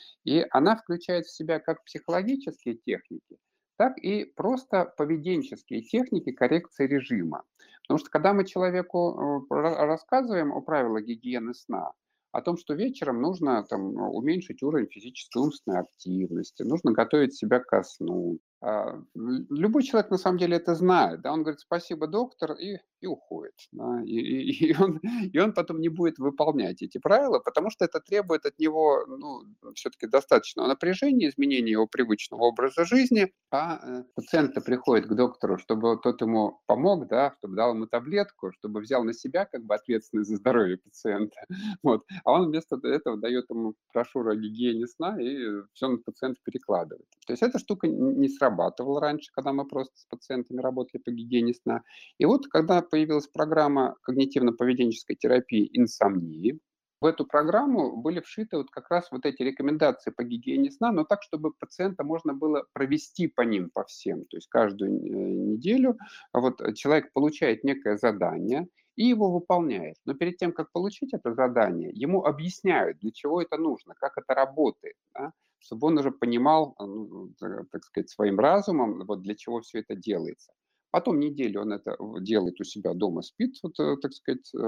И она включает в себя как психологические техники, так и просто поведенческие техники коррекции режима. Потому что когда мы человеку э, ра- рассказываем о правилах гигиены сна, о том, что вечером нужно там, уменьшить уровень физической и умственной активности, нужно готовить себя ко сну. А, л- Любой человек на самом деле это знает. Да? Он говорит спасибо, доктор, и, и уходит. Да? И, и- и он, и он потом не будет выполнять эти правила, потому что это требует от него ну, все-таки достаточного напряжения, изменения его привычного образа жизни. А э, пациент приходит к доктору, чтобы тот ему помог, да, чтобы дал ему таблетку, чтобы взял на себя как бы ответственность за здоровье пациента. Вот. А он вместо этого дает ему брошюру о гигиене сна и все на пациента перекладывает. То есть эта штука н- не срабатывала раньше, когда мы просто с пациентами работали по гигиене сна. И вот когда появилась программа когнитивно-поведенческой терапии инсомнии, в эту программу были вшиты вот как раз вот эти рекомендации по гигиене сна, но так, чтобы пациента можно было провести по ним, по всем. То есть каждую э, неделю вот человек получает некое задание, и его выполняет. Но перед тем, как получить это задание, ему объясняют, для чего это нужно, как это работает, да, чтобы он уже понимал, а, ну, э, так сказать, своим разумом, вот для чего все это делается. Потом неделю он это в делает у себя дома, спит, вот, э, так сказать, э,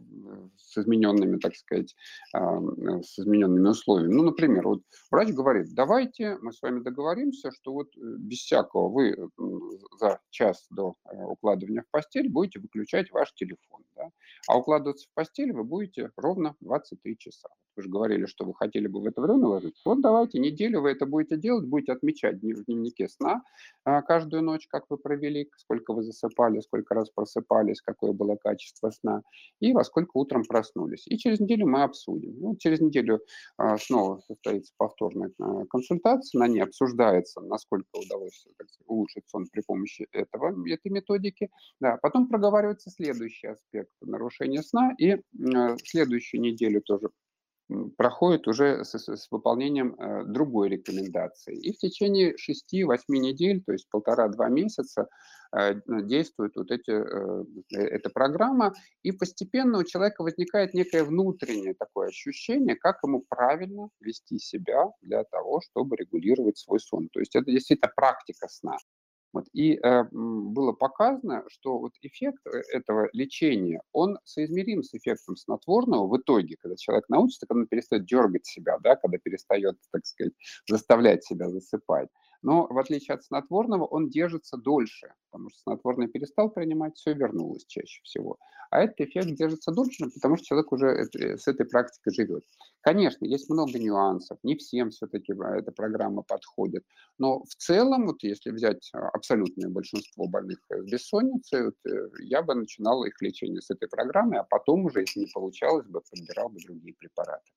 в с измененными, так сказать, ам, э, с измененными условиями. Ну, например, вот врач говорит: "Давайте мы с вами договоримся, что вот, э, без всякого вы, э, м, за час до, э, укладывания в постель будете выключать ваш телефон, да, а укладываться в постель вы будете ровно двадцать три часа. Вы же говорили, что вы хотели бы в это время ложиться. Вот давайте неделю вы это будете делать, будете отмечать дни в дневнике сна, а, каждую ночь, как вы провели, сколько вы засыпали, сколько раз просыпались, какое было качество сна и во сколько утром проснулись. И через неделю мы обсудим". Ну, через неделю, а, снова состоится повторная, а, консультация, на ней обсуждается, насколько удалось, так сказать, улучшить сон при помощи этого этой методики. Да, потом проговаривается следующий аспект нарушения сна, и, м, а, следующую неделю тоже м, проходит уже с, с- с выполнением э, другой рекомендации. И в течение шести-восьми недель, то есть полтора-два месяца, э, н- действует вот эти, э, э, эта программа, и постепенно у человека возникает некое внутреннее такое ощущение, как ему правильно вести себя для того, чтобы регулировать свой сон. То есть это действительно практика сна. Вот, и, э, м, было показано, что вот эффект, э, этого лечения, он соизмерим с эффектом снотворного в итоге, когда человек научится, когда он перестает дергать себя, да, когда перестает, так сказать, заставлять себя засыпать. Но в отличие от снотворного, он держится дольше, потому что снотворное перестал принимать, все вернулось чаще всего. А этот эффект держится дольше, потому что человек уже эт э, с этой практикой живет. Конечно, есть много нюансов, не всем все-таки эта программа подходит. Но в целом, вот если взять а, абсолютное большинство больных э, с бессонницей, вот, э, я бы начинал их лечение с этой программы, а потом уже, если не получалось бы, подбирал бы другие препараты.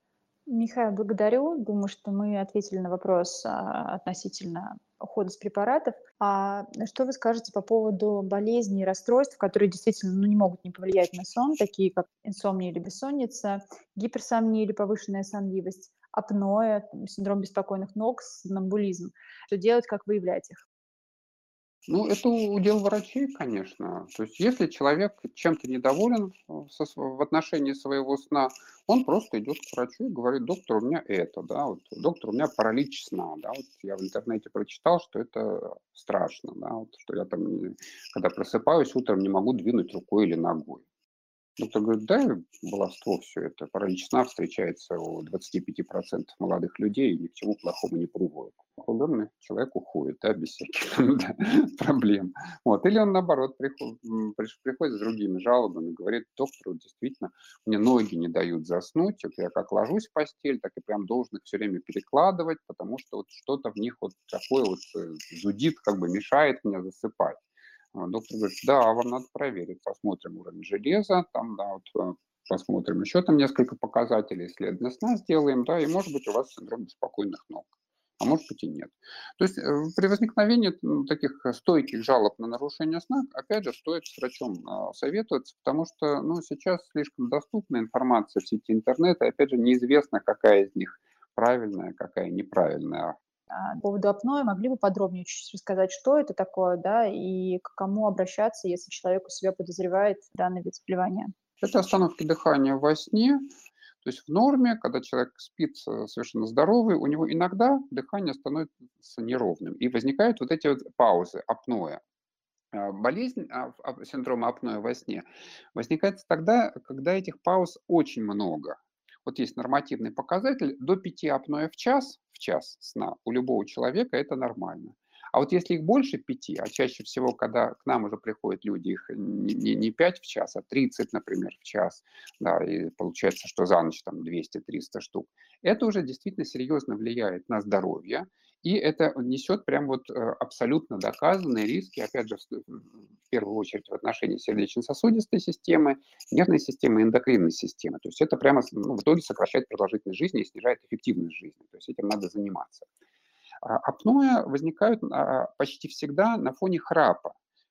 Михаил, благодарю. Думаю, что мы ответили на вопрос а, относительно ухода с препаратов. А что вы скажете по поводу болезней и расстройств, которые действительно ну, не могут не повлиять на сон, такие как инсомния или бессонница, гиперсомния или повышенная сонливость, апноэ, там, синдром беспокойных ног, сомнамбулизм? Что делать, как выявлять их? Ну, это удел врачей, конечно. То есть, если человек чем-то недоволен э, со св- в отношении своего сна, он просто идет к врачу и говорит: "Доктор, у меня это, да, вот, доктор, у меня паралич сна, да, вот я в интернете прочитал, что это страшно, да, вот, что я там, не- когда просыпаюсь утром, не могу двинуть рукой или ногой". Доктор говорит: "Да, баловство все это. Паралич сна встречается у двадцати пяти процентов молодых людей и ни к чему плохому не приводит". Удобно, человек уходит, да, без всяких там, да, проблем. Вот. Или он, наоборот, прихо м, приш приходит с другими жалобами, говорит: "Доктор, вот действительно, мне ноги не дают заснуть. Вот я как ложусь в постель, так и прям должен их все время перекладывать, потому что вот что-то в них вот такое вот, э, зудит, как бы мешает мне засыпать". А доктор говорит: "Да, вам надо проверить. Посмотрим уровень железа, там, да, вот, э, посмотрим еще там несколько показателей, исследование сна сделаем, да, и, может быть, у вас синдром беспокойных ног, а может быть и нет". То есть, э, при возникновении, м, таких, э, стойких жалоб на нарушение сна, опять же, стоит с врачом, а, советоваться, потому что, ну, сейчас слишком доступна информация в сети интернета, и, опять же, неизвестно, какая из них правильная, какая неправильная. А, по поводу апноэ могли бы подробнее чуть-чуть рассказать, что это такое, да, и к кому обращаться, если человек у себя подозревает данный вид заболевания? Это остановки дыхания во сне. То есть в норме, когда человек спит э, совершенно здоровый, у него иногда дыхание становится неровным. И возникают вот эти вот паузы, апноэ. А, Болезнь а, в- а, синдрома апноэ во сне возникает тогда, когда этих пауз очень много. Вот есть нормативный показатель, до пяти апноэ в час, в час сна у любого человека это нормально. А вот если их больше пяти, а чаще всего, когда к нам уже приходят люди, их не, не, не пять в час, а тридцать, например, в час, да, и получается, что за ночь там двести-триста штук, это уже действительно серьезно влияет на здоровье, и это несет прям вот, э, абсолютно доказанные риски, опять же, в с в первую очередь в отношении сердечно-сосудистой системы, нервной системы, эндокринной системы. То есть это прямо с ну, в итоге сокращает продолжительность жизни и снижает эффективность жизни. То есть этим надо заниматься. А, апноэ возникают, а, почти всегда на фоне храпа.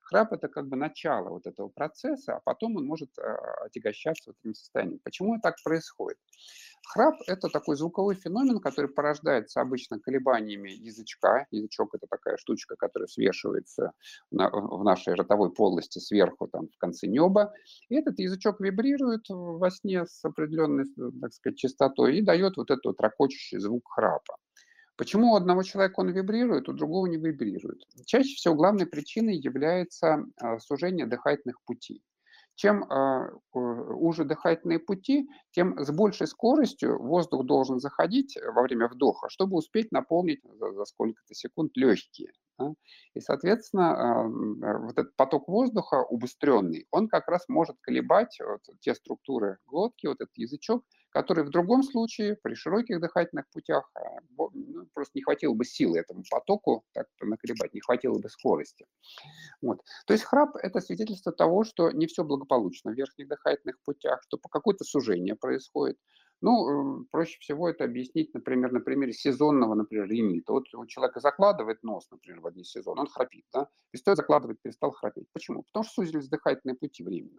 Храп– это как бы начало вот этого процесса, а потом он может а, отягощаться вот этим состоянием. Почему так происходит? Храп– это такой звуковой феномен, который порождается обычно колебаниями язычка. Язычок– это такая штучка, которая свешивается на- в нашей ротовой полости сверху, там, в конце неба. И этот язычок вибрирует во сне с определенной, так сказать, частотой и дает вот этот вот ракочущий звук храпа. Почему у одного человека он вибрирует, у другого не вибрирует? Чаще всего главной причиной является а, сужение дыхательных путей. Чем а, у- уже дыхательные пути, тем с большей скоростью воздух должен заходить во время вдоха, чтобы успеть наполнить за, за сколько-то секунд легкие. Да. И, соответственно, а, м, а, вот этот поток воздуха убыстренный, он как раз может колебать вот те структуры глотки, вот этот язычок, который в другом случае при широких дыхательных путях а, во- ну, просто не хватило бы силы этому потоку так наколебать, не хватило бы скорости. Вот. То есть храп– это свидетельство того, что не все благополучно в верхних дыхательных путях, что по какое-то сужение происходит. Ну, э, проще всего это объяснить, например, на примере сезонного, например, ринита. Вот у человека закладывает нос, например, в один сезон, он храпит, да? Перестает закладывать, перестал храпеть. Почему? Потому что сузились дыхательные пути временно.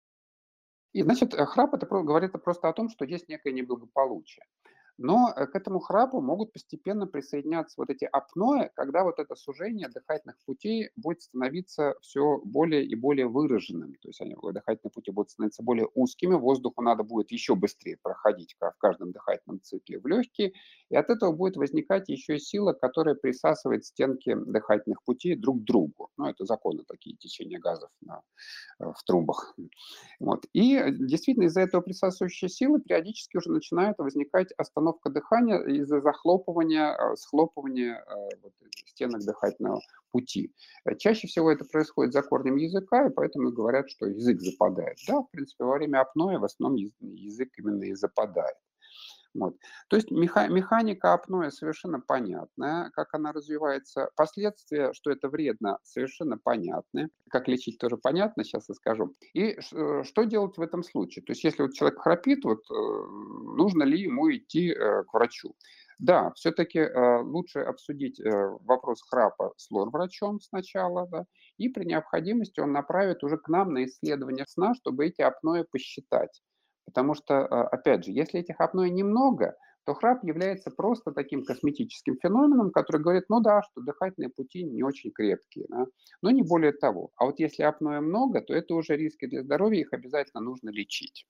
И, значит, э, храп это про- говорит просто о том, что есть некое неблагополучие. Но э, к этому храпу могут постепенно присоединяться вот эти апноэ, когда вот это сужение дыхательных путей будет становиться все более и более выраженным. То есть они, э, дыхательные пути будут становиться более узкими, воздуху надо будет еще быстрее проходить ка- в каждом дыхательном цикле в легкие, и от этого будет возникать еще и сила, которая присасывает стенки дыхательных путей друг к другу. Ну, это законы такие течения газов на, э, в трубах. Вот. И э, действительно из-за этого присасывающей силы периодически уже начинает возникать остановка дыхания из-за захлопывания, э, схлопывания э, вот, стенок дыхательного пути. Э, Чаще всего это происходит за корнем языка, и поэтому и говорят, что язык западает. Да, в принципе, во время апноэ в основном яз- язык именно и западает. Вот. То есть меха- механика апноэ совершенно понятная, как она развивается. Последствия, что это вредно, совершенно понятны. Как лечить, тоже понятно, сейчас я скажу. И ш- э, что делать в этом случае? То есть если вот человек храпит, вот, э, нужно ли ему идти э, к врачу? Да, все-таки э, лучше обсудить э, вопрос храпа с лор-врачом сначала, да, и при необходимости он направит уже к нам на исследование сна, чтобы эти апноэ посчитать. Потому что, а, опять же, если этих апноэ немного, то храп является просто таким косметическим феноменом, который говорит, ну да, что дыхательные пути не очень крепкие, да, но не более того. А вот если апноэ много, то это уже риски для здоровья, их обязательно нужно лечить.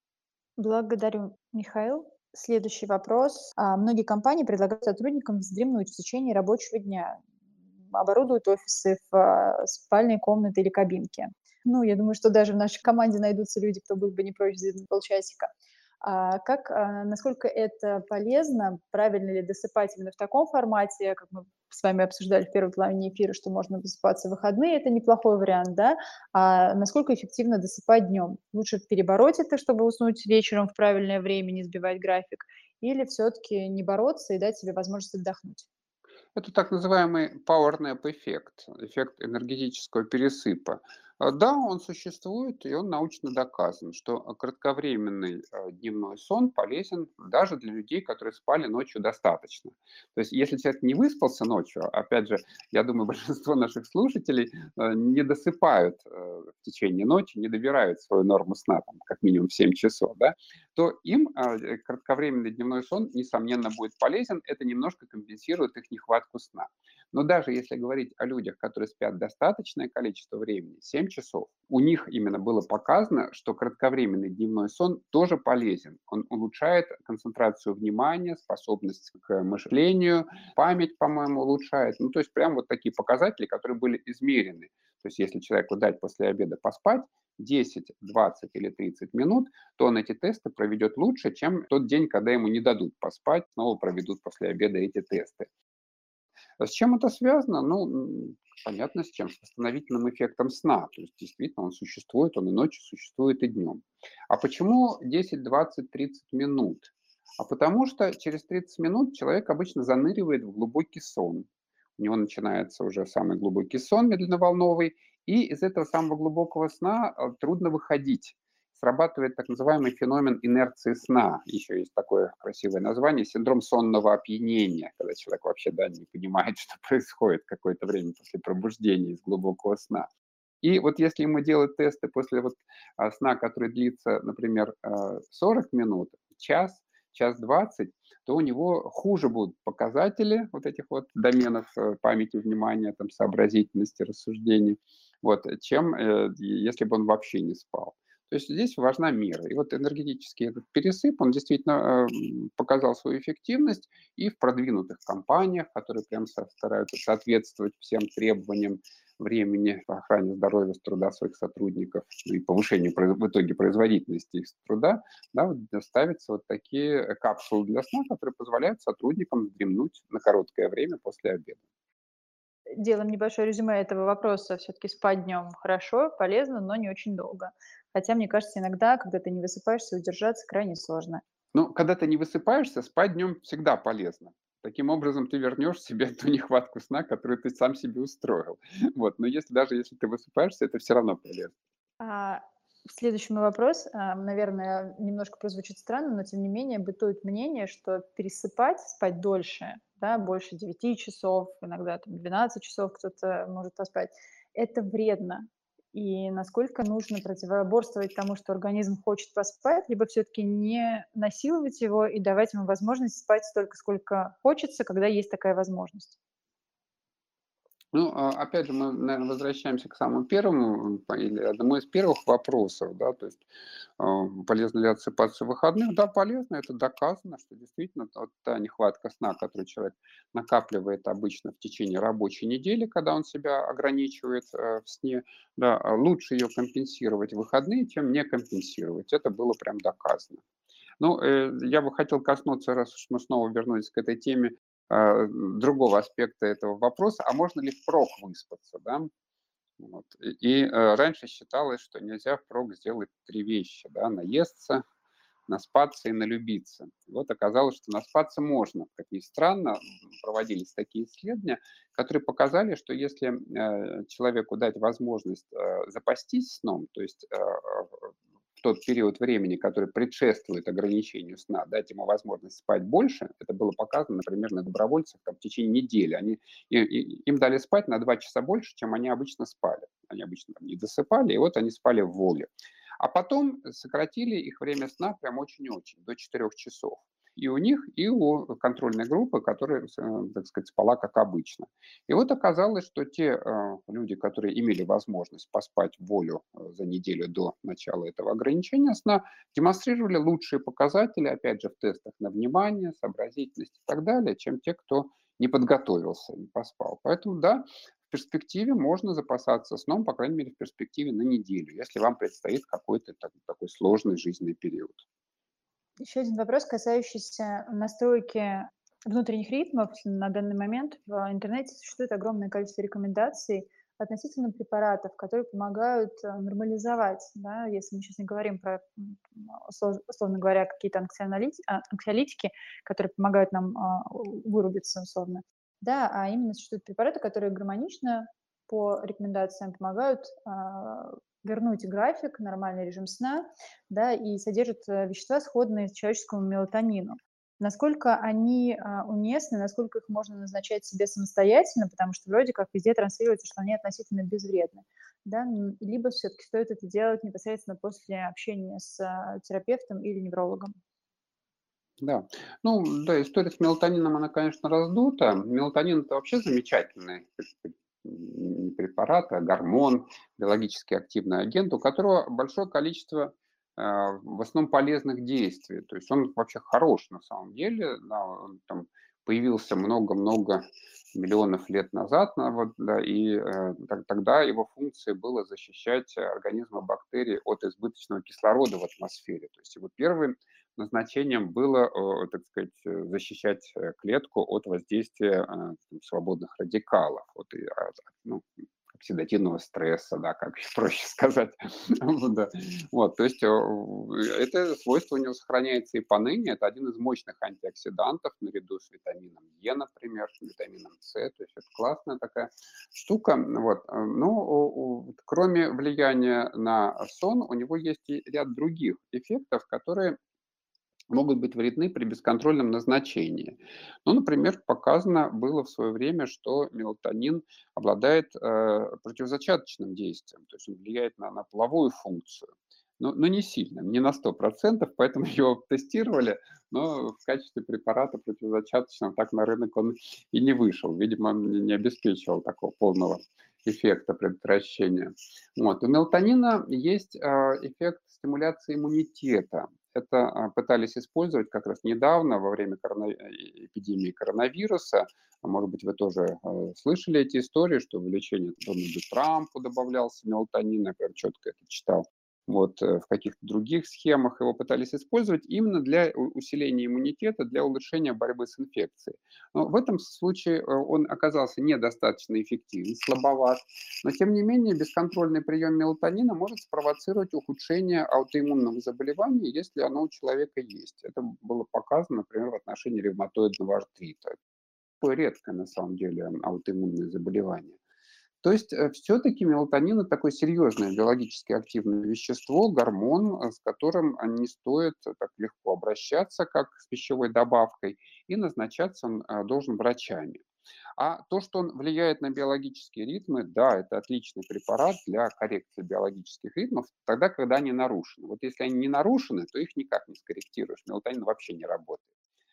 Благодарю, Михаил. Следующий вопрос. А, Многие компании предлагают сотрудникам вздремнуть в течение рабочего дня, м, оборудуют офисы в а, спальные комнаты или кабинки. Ну, я думаю, что даже в нашей команде найдутся люди, кто был бы не прочь вздремнуть полчасика. А как, а, насколько это полезно? Правильно ли досыпать именно в таком формате, как мы с вами обсуждали в первой половине эфира, что можно досыпаться в выходные, это неплохой вариант, да? А насколько эффективно досыпать днем? Лучше перебороть это, чтобы уснуть вечером в правильное время, не сбивать график, или все-таки не бороться и дать себе возможность отдохнуть? Это так называемый power nap эффект, эффект энергетического пересыпа. А, Да, он существует, и он научно доказан, что а, кратковременный а, дневной сон полезен даже для людей, которые спали ночью достаточно. То есть, если человек не выспался ночью, опять же, я думаю, большинство наших слушателей а, не досыпают э, в течение ночи, не добирают свою норму сна, там, как минимум в семь часов, да, то им а, э, кратковременный дневной сон, несомненно, будет полезен. Это немножко компенсирует их нехватку сна. Но даже если говорить о людях, которые спят достаточное количество времени, семь часов, у них именно было показано, что кратковременный дневной сон тоже полезен. Он улучшает концентрацию внимания, способность к мышлению, память, по-моему, улучшает. Ну, то есть прям вот такие показатели, которые были измерены. То есть если человеку дать после обеда поспать десять, двадцать или тридцать минут, то он эти тесты проведет лучше, чем тот день, когда ему не дадут поспать, снова проведут после обеда эти тесты. А с чем это связано? Ну, м, понятно с чем, с восстановительным эффектом сна. То есть действительно он существует, он и ночью существует, и днем. А почему десять, двадцать, тридцать минут? А потому что через тридцать минут человек обычно заныривает в глубокий сон. У него начинается уже самый глубокий сон медленноволновый, и из этого самого глубокого сна а, трудно выходить. Срабатывает так называемый феномен инерции сна. Еще есть такое красивое название — синдром сонного опьянения, когда человек вообще да, не понимает, что происходит какое-то время после пробуждения из глубокого сна. И вот если ему делать тесты после вот а, сна, который длится, например, а, сорок минут, час, час двадцать, то у него хуже будут показатели вот этих вот доменов э, памяти, внимания, там, сообразительности, рассуждений, вот, чем э, если бы он вообще не спал. То есть здесь важна мера. И вот энергетический этот пересып, он действительно э, м, показал свою эффективность и в продвинутых компаниях, которые прям со- стараются соответствовать всем требованиям времени по охране здоровья, труда своих сотрудников, ну и повышению произ- в итоге производительности их труда, да, вот ставятся вот такие э, капсулы для сна, которые позволяют сотрудникам вздремнуть на короткое время после обеда. Делаем небольшое резюме этого вопроса. Все-таки спать днем хорошо, полезно, но не очень долго. Хотя, мне кажется, иногда, когда ты не высыпаешься, удержаться крайне сложно. Но когда ты не высыпаешься, спать днем всегда полезно. Таким образом, ты вернешь себе ту нехватку сна, которую ты сам себе устроил. Вот. Но если даже если ты высыпаешься, это все равно полезно. А, Следующий мой вопрос, а, наверное, немножко прозвучит странно, но тем не менее бытует мнение, что пересыпать, спать дольше, да, больше девяти часов, иногда там двенадцать часов кто-то может поспать, это вредно. И насколько нужно противоборствовать тому, что организм хочет поспать, либо все-таки не насиловать его и давать ему возможность спать столько, сколько хочется, когда есть такая возможность. Ну, а, опять же, мы, наверное, возвращаемся к самому первому, м, или одному из первых вопросов, да, то есть а, полезно ли отсыпаться в выходных? Да, полезно, это доказано, что действительно вот та нехватка сна, которую человек накапливает обычно в течение рабочей недели, когда он себя ограничивает э, в сне, да, а лучше ее компенсировать в выходные, чем не компенсировать. Это было прям доказано. Ну, э, я бы хотел коснуться, раз уж мы снова вернулись к этой теме, а, другого аспекта этого вопроса, а можно ли впрок выспаться, да? Вот. И, и, э, раньше считалось, что нельзя впрок сделать три вещи, да: наесться, наспаться и налюбиться. Вот оказалось, что наспаться можно. Как ни странно, проводились такие исследования, которые показали, что если э, человеку дать возможность э, запастись сном, то есть э, в тот период времени, который предшествует ограничению сна, дать ему возможность спать больше, это было показано, например, на добровольцах там, в течение недели. Они, и, и- им дали спать на два часа больше, чем они обычно спали. Они обычно там не досыпали, и вот они спали в воле. А потом сократили их время сна прям очень-очень, до четырех часов. И у них, и у контрольной группы, которая, э, так сказать, спала как обычно. И вот оказалось, что те э, люди, которые имели возможность поспать в волю э, за неделю до начала этого ограничения сна, демонстрировали лучшие показатели, опять же, в тестах на внимание, сообразительность и так далее, чем те, кто не подготовился, не поспал. Поэтому, да, в перспективе можно запасаться сном, по крайней мере, в перспективе на неделю, если вам предстоит какой-то так- такой сложный жизненный период. Еще один вопрос, касающийся настройки внутренних ритмов. На данный момент в интернете существует огромное количество рекомендаций относительно препаратов, которые помогают э, нормализовать, да, если мы сейчас не говорим про, м, услов- условно говоря, какие-то анксиолити- а, анксиолитики, которые помогают нам а, у- вырубиться условно, да, а именно существуют препараты, которые гармонично по рекомендациям помогают а, вернуть график, нормальный режим сна, да, и содержат э, вещества, сходные человеческому мелатонину. Насколько они а, уместны, насколько их можно назначать себе самостоятельно, потому что вроде как везде транслируется, что они относительно безвредны, да, м, либо все-таки стоит это делать непосредственно после общения с а, терапевтом или неврологом. Да. Ну да, история с мелатонином, она, конечно, раздута. Мелатонин — это вообще замечательный, так сказать, м, не препарат, а гормон, биологически активный агент, у которого большое количество, а, в основном полезных действий. То есть он вообще хорош на самом деле. Да, он там появился много-много миллионов лет назад, на вот, да, и, э, тог тогда его функцией было защищать организмы бактерий от избыточного кислорода в атмосфере. То есть его первый назначением было, э, так сказать, э, защищать э, клетку от воздействия э, там, свободных радикалов, от, и от- от, ну, оксидативного стресса, да, как проще сказать. Вот, да. Вот, то есть э, в- это свойство у него сохраняется и поныне. Это один из мощных антиоксидантов наряду с витамином Е, например, витамином С. То есть это классная такая штука. Вот. э, Но у- у- кроме влияния на сон, у него есть и ряд других эффектов, которые могут быть вредны при бесконтрольном назначении. Ну, например, показано было в свое время, что мелатонин обладает э, противозачаточным действием, то есть он влияет на, на половую функцию. Но, но не сильно, не на сто процентов, поэтому его тестировали, но в качестве препарата противозачаточного так на рынок он и не вышел. Видимо, он не не обеспечивал такого полного эффекта предотвращения. Вот. У мелатонина есть а, эффект стимуляции иммунитета. Это а, пытались использовать как раз недавно, во время корона- э, эпидемии коронавируса. А Может быть, вы тоже э, слышали эти истории, что в лечении Дональду Трампу добавлялся мелатонин, я прям четко это читал. Вот, э, в каких-то других схемах его пытались использовать именно для у- усиления иммунитета, для улучшения борьбы с инфекцией. Но в этом случае э, он оказался недостаточно эффективен, слабоват, но тем не менее бесконтрольный прием мелатонина может спровоцировать ухудшение аутоиммунного заболевания, если оно у человека есть. Это было показано, например, в отношении ревматоидного артрита. Такое редкое на самом деле аутоиммунное заболевание. То есть все-таки мелатонин это такое серьезное биологически активное вещество, гормон, э, с которым а, не стоит э, так легко обращаться, как с пищевой добавкой, и назначаться он а, должен врачами. А то, что он влияет на биологические ритмы, да, это отличный препарат для коррекции биологических ритмов, тогда, когда они нарушены. Вот если они не нарушены, то их никак не скорректируешь, мелатонин вообще не работает.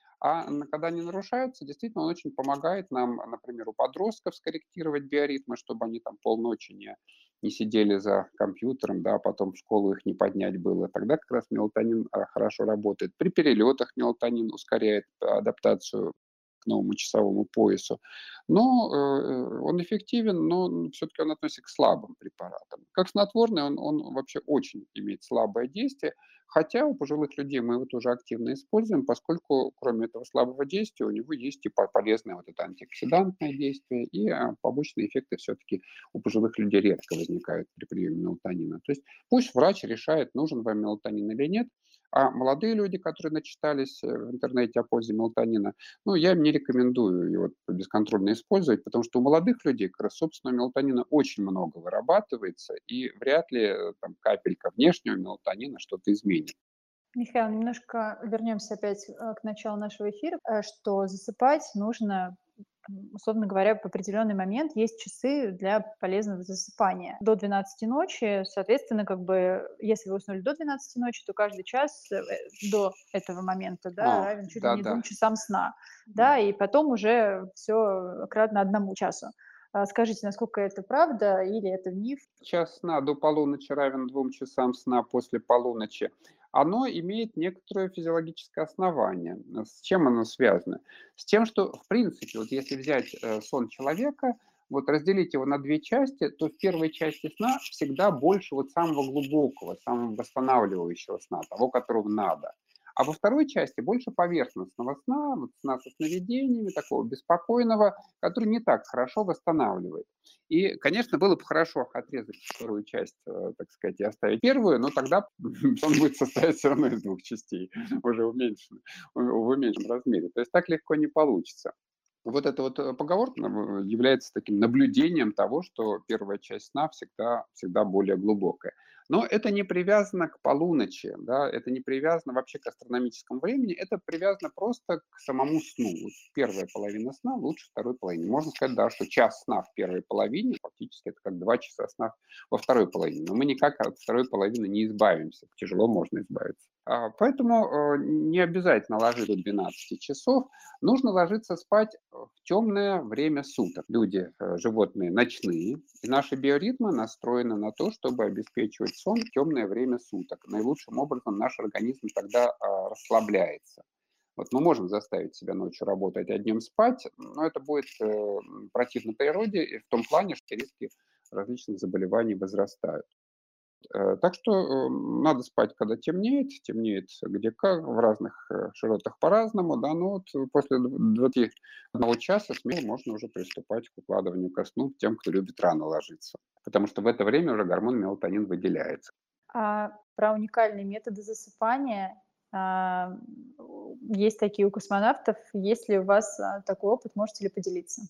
А н- когда они нарушаются, действительно, он очень помогает нам, например, у подростков скорректировать биоритмы, чтобы они там полночи не, не сидели за компьютером, да, а потом в школу их не поднять было. Тогда как раз мелатонин а, хорошо работает. При перелетах мелатонин ускоряет а, адаптацию к новому часовому поясу. Но э, он эффективен, но все-таки он относится к слабым препаратам. Как снотворный он, он вообще очень имеет слабое действие, хотя у пожилых людей мы его тоже активно используем, поскольку кроме этого слабого действия у него есть и по- полезное вот это антиоксидантное действие, и а, побочные эффекты все-таки у пожилых людей редко возникают при приеме мелатонина. То есть пусть врач решает, нужен вам мелатонин или нет, а молодые люди, которые начитались э, в интернете о пользе мелатонина, ну, я им не рекомендую его бесконтрольно использовать, потому что у молодых людей как раз собственного мелатонина очень много вырабатывается, и вряд ли э, там капелька внешнего мелатонина что-то изменит. Михаил, немножко вернемся опять, э, к началу нашего эфира, э, что засыпать нужно, м, условно говоря, в определенный момент. Есть часы для полезного засыпания. До двенадцати ночи, соответственно, как бы, если вы уснули до двенадцати ночи, то каждый час, э, до этого момента, да, А, равен чуть ли не да-да. двум часам сна, да, и потом уже все кратно одному часу. А, скажите, насколько это правда или это миф? Час сна до полуночи равен двум часам сна после полуночи. Оно имеет некоторое физиологическое основание. Э, С чем оно связано? С тем, что, в принципе, вот если взять э, сон человека, вот разделить его на две части, то в первой части сна всегда больше вот самого глубокого, самого восстанавливающего сна, того, которого надо. А во второй части больше поверхностного сна, вот сна со сновидениями, такого беспокойного, который не так хорошо восстанавливает. И, конечно, было бы хорошо отрезать вторую часть, э, так сказать, и оставить первую, но тогда он будет состоять все равно из двух частей, уже уменьшен, в в уменьшенном размере. То есть так легко не получится. Вот эта вот э, поговорка нам, э, является таким наблюдением того, что первая часть сна всегда, всегда более глубокая. Но это не привязано к полуночи, да, это не привязано вообще к астрономическому времени, это привязано просто к самому сну. Вот первая половина сна лучше второй половины. Можно сказать, да, что час сна в первой половине, фактически это как два часа сна во второй половине. Но мы никак от второй половины не избавимся, тяжело можно избавиться. А, Поэтому э, не обязательно ложиться до двенадцати часов, нужно ложиться спать в темное время суток. Люди, э, животные ночные, и наши биоритмы настроены на то, чтобы обеспечивать сон в темное время суток. Наилучшим образом наш организм тогда а, расслабляется. Вот мы можем заставить себя ночью работать, а днем спать, но это будет э, м, противно природе и в том плане, что риски различных заболеваний возрастают. Э, так что, э, надо спать, когда темнеет. Темнеет где как, в разных, э, широтах по-разному, да. Но вот э, после дв двадцати одного часа смело можно уже приступать к укладыванию ко сну тем, кто любит рано ложиться. Потому что в это время уже гормон мелатонин выделяется. А про уникальные методы засыпания, а, у есть такие у космонавтов. Есть ли у вас, а, такой опыт, можете ли поделиться?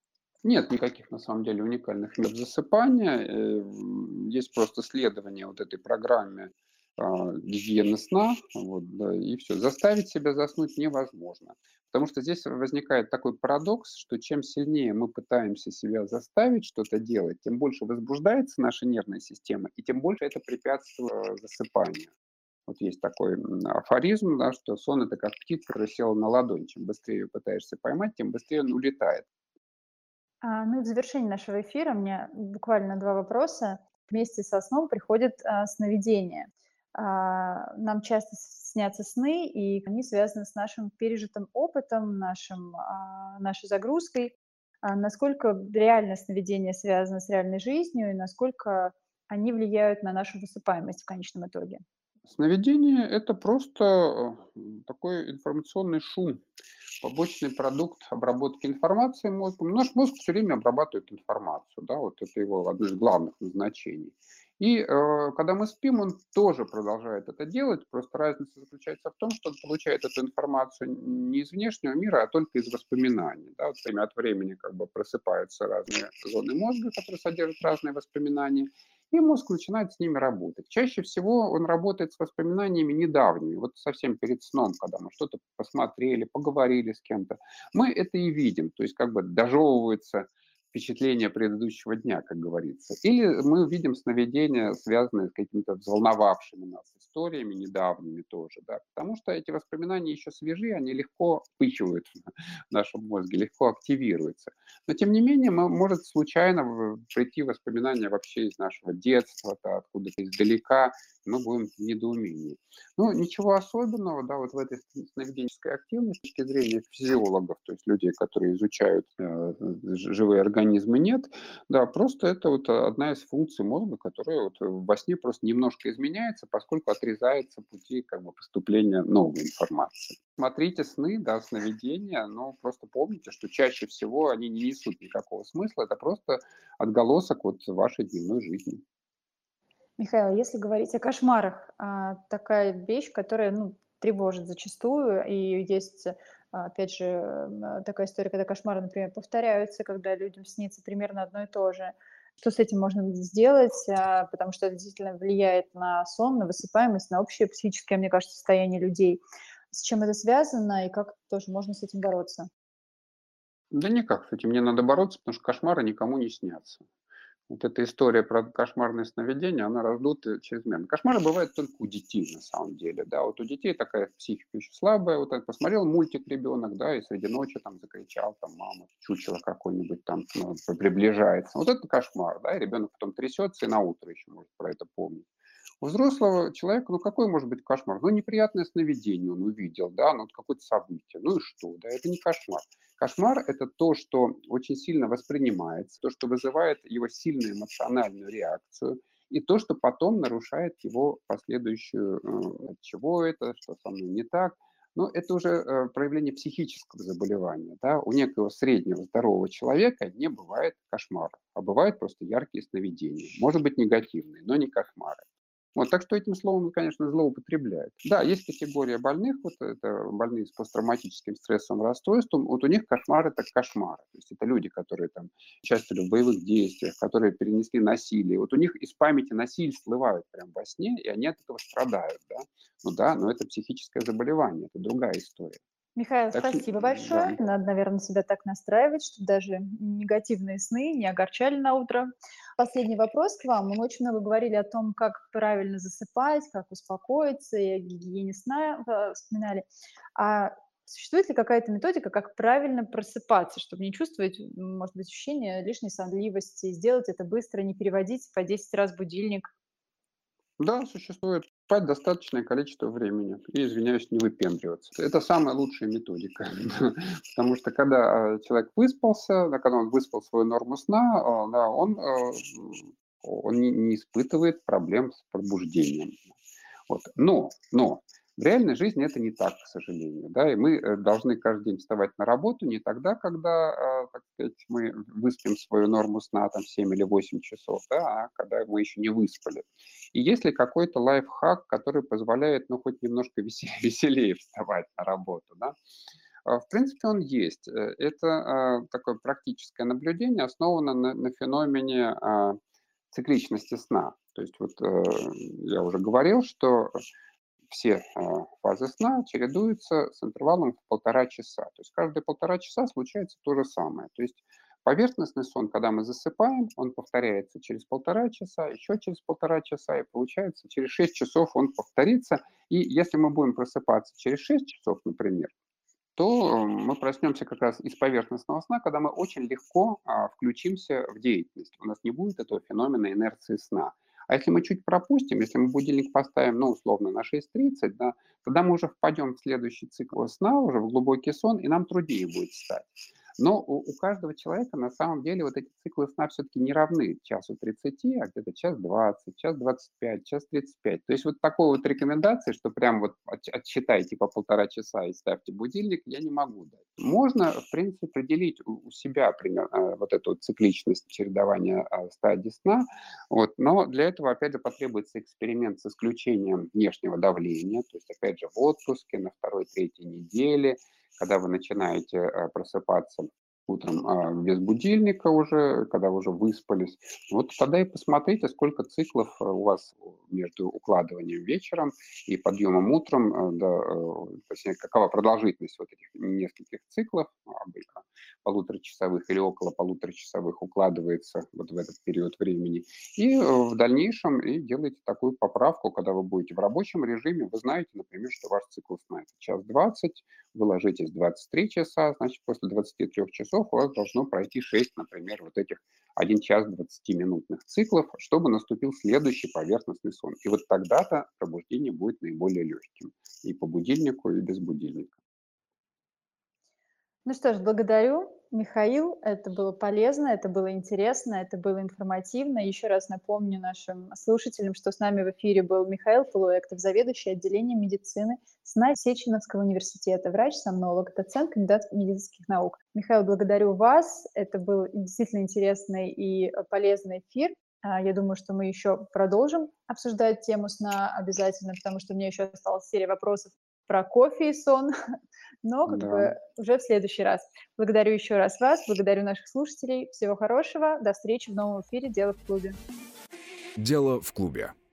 Нет никаких на самом деле уникальных методов засыпания. Э, м, есть просто следование вот этой программе а, гигиены сна, вот, да, и все. Заставить себя заснуть невозможно. Потому что здесь возникает такой парадокс, что чем сильнее мы пытаемся себя заставить что-то делать, тем больше возбуждается наша нервная система, и тем больше это препятствует засыпанию. Вот есть такой м, афоризм, да, что сон — это как птица, которая села на ладонь. Чем быстрее ее пытаешься поймать, тем быстрее он улетает. А, ну и в завершении нашего эфира у меня буквально два вопроса. Вместе со сном приходит, а, сновидение. А, нам часто с снятся сны, и они связаны с нашим пережитым опытом, нашим, а, нашей загрузкой. А, насколько реально сновидения связаны с реальной жизнью и насколько они влияют на нашу высыпаемость в конечном итоге? Сновидение — это просто э, м, такой информационный шум, побочный продукт обработки информации мозгом. Наш мозг все время обрабатывает информацию, да, вот это его одно из главных назначений. И э, когда мы спим, он тоже продолжает это делать, просто разница заключается в том, что он получает эту информацию не из внешнего мира, а только из воспоминаний. Да. Вот время от времени как бы просыпаются разные зоны мозга, которые содержат разные воспоминания, и мозг начинает с ними работать. Чаще всего он работает с воспоминаниями недавними, вот совсем перед сном, когда мы что-то посмотрели, поговорили с кем-то. Мы это и видим, то есть как бы дожевывается впечатление предыдущего дня, как говорится. Или мы видим сновидения, связанные с какими-то взволновавшими нас историями, недавними тоже, да, потому что эти воспоминания еще свежи, они легко впыхивают в нашем мозге, легко активируются. Но тем не менее, мо может случайно в прийти воспоминание вообще из нашего детства, да, откуда-то издалека, и мы будем в недоумении. Ну, ничего особенного, да, вот в этой сн сновиденческой активности с точки зрения физиологов, то есть людей, которые изучают, э, ж живые организмы, нет. Да, просто это вот одна из функций мозга, которая вот во сне просто немножко изменяется, поскольку отрезается пути как бы поступления новой информации. Смотрите сны, да, сновидения, но просто помните, что чаще всего они не несут никакого смысла. Это просто отголосок вот вашей дневной жизни. Михаил, если говорить о кошмарах, а, такая вещь, которая, ну, тревожит зачастую, и есть, а, опять же, м, а, такая история, когда кошмары, например, повторяются, когда людям снится примерно одно и то же. Что с этим можно сделать? А, потому что это действительно влияет на сон, на высыпаемость, на общее психическое, мне кажется, состояние людей. С чем это связано и как тоже можно с этим бороться? Да никак, с этим не надо бороться, потому что кошмары никому не снятся. Вот эта история про кошмарные сновидения, она раздута чрезмерно. Кошмары бывают только у детей, на самом деле, да. Вот у детей такая психика еще слабая. Вот так посмотрел мультик ребенок, да, и среди ночи там закричал, там, мама, чучело какое-нибудь там ну, приближается. Вот это кошмар, да, и ребенок потом трясется и на утро еще может про это помнить. У взрослого человека, ну какой может быть кошмар? Ну неприятное сновидение он увидел, да, ну вот какое-то событие. Ну и что, да, это не кошмар. Кошмар — это то, что очень сильно воспринимается, то, что вызывает его сильную эмоциональную реакцию, и то, что потом нарушает его последующую, э, от чего это, что со мной не так. Но это уже э, проявление психического заболевания. Да? У некого среднего здорового человека не бывает кошмаров, а бывают просто яркие сновидения. Может быть, негативные, но не кошмары. Вот, так что этим словом, конечно, злоупотребляют. Да, есть категория больных, вот это больные с посттравматическим стрессовым расстройством, вот у них кошмары так кошмары. То есть это люди, которые там участвовали в боевых действиях, которые перенесли насилие. Вот у них из памяти насилие всплывают прямо во сне, и они от этого страдают, да. Ну да, но это психическое заболевание, это другая история. Михаил, Так что, спасибо да. большое. Надо, наверное, себя так настраивать, чтобы даже негативные сны не огорчали на утро. Последний вопрос к вам. Мы очень много говорили о том, как правильно засыпать, как успокоиться, и о гигиене сна э, вспоминали. А существует ли какая-то методика, как правильно просыпаться, чтобы не чувствовать, м, может быть, ощущение лишней сонливости, сделать это быстро, не переводить по десять раз будильник? Да, существует. Спать достаточное количество времени и, извиняюсь, не выпендриваться. Это самая лучшая методика. Потому что когда э, человек выспался, да, когда он выспал свою норму сна, э, да, он, э, он не, не испытывает проблем с пробуждением. Вот. Но, но в реальной жизни это не так, к сожалению. Да, и мы э, должны каждый день вставать на работу не тогда, когда, э, так сказать, мы выспим свою норму сна там семь или восемь часов, да, а когда мы еще не выспали. И есть ли какой-то лайфхак, который позволяет, ну, хоть немножко весе- веселее вставать на работу, да? А, В принципе, он есть. Э, Это а, такое практическое наблюдение, основано на, на феномене а, цикличности сна. То есть вот э, я уже говорил, что все а, фазы сна чередуются с интервалом в полтора часа. То есть каждые полтора часа случается то же самое. То есть поверхностный сон, когда мы засыпаем, он повторяется через полтора часа, еще через полтора часа, и получается через шесть часов он повторится. И если мы будем просыпаться через шесть часов, например, то мы проснемся как раз из поверхностного сна, когда мы очень легко а, включимся в деятельность. У нас не будет этого феномена инерции сна. А если мы чуть пропустим, если мы будильник поставим, ну, условно, на шесть тридцать, да, тогда мы уже впадем в следующий цикл сна, уже в глубокий сон, и нам труднее будет встать. Но у, у каждого человека на самом деле вот эти циклы сна все-таки не равны часу тридцати, а где-то час двадцать, час двадцать пять, час тридцать пять. То есть вот такой вот рекомендации, что прям вот отч- отсчитайте по полтора часа и ставьте будильник, я не могу дать. Можно, в принципе, определить у у себя примерно вот эту вот цикличность чередования а, стадий сна, вот, но для этого, опять же, потребуется эксперимент с исключением внешнего давления, то есть, опять же, в отпуске на второй-третьей неделе, когда вы начинаете э, просыпаться утром а, без будильника уже, когда вы уже выспались, вот тогда и посмотрите, сколько циклов э, у вас между укладыванием вечером и подъемом утром, э, да, э, точнее, какова продолжительность вот этих нескольких циклов, обычно полуторачасовых или около полуторачасовых укладывается вот в этот период времени. И э, в дальнейшем и делаете такую поправку, когда вы будете в рабочем режиме, вы знаете, например, что ваш цикл сна это час двадцать, вы ложитесь в двадцать три часа, значит, после двадцати трёх часов у вас должно пройти шесть, например, вот этих один час двадцатиминутных циклов, чтобы наступил следующий поверхностный сон. И вот тогда-то пробуждение будет наиболее легким и по будильнику, и без будильника. Ну что ж, благодарю, Михаил. Это было полезно, это было интересно, это было информативно. Еще раз напомню нашим слушателям, что с нами в эфире был Михаил Полуэктов, заведующий отделением медицины сна Сеченовского университета, врач-сомнолог, доцент, кандидат медицинских наук. Михаил, благодарю вас. Это был действительно интересный и полезный эфир. А, Я думаю, что мы еще продолжим обсуждать тему сна обязательно, потому что у меня еще осталась серия вопросов про кофе и сон, но как Да. бы уже в следующий раз. Благодарю еще раз вас, благодарю наших слушателей. Всего хорошего, до встречи в новом эфире «Дело в клубе». Дело в клубе.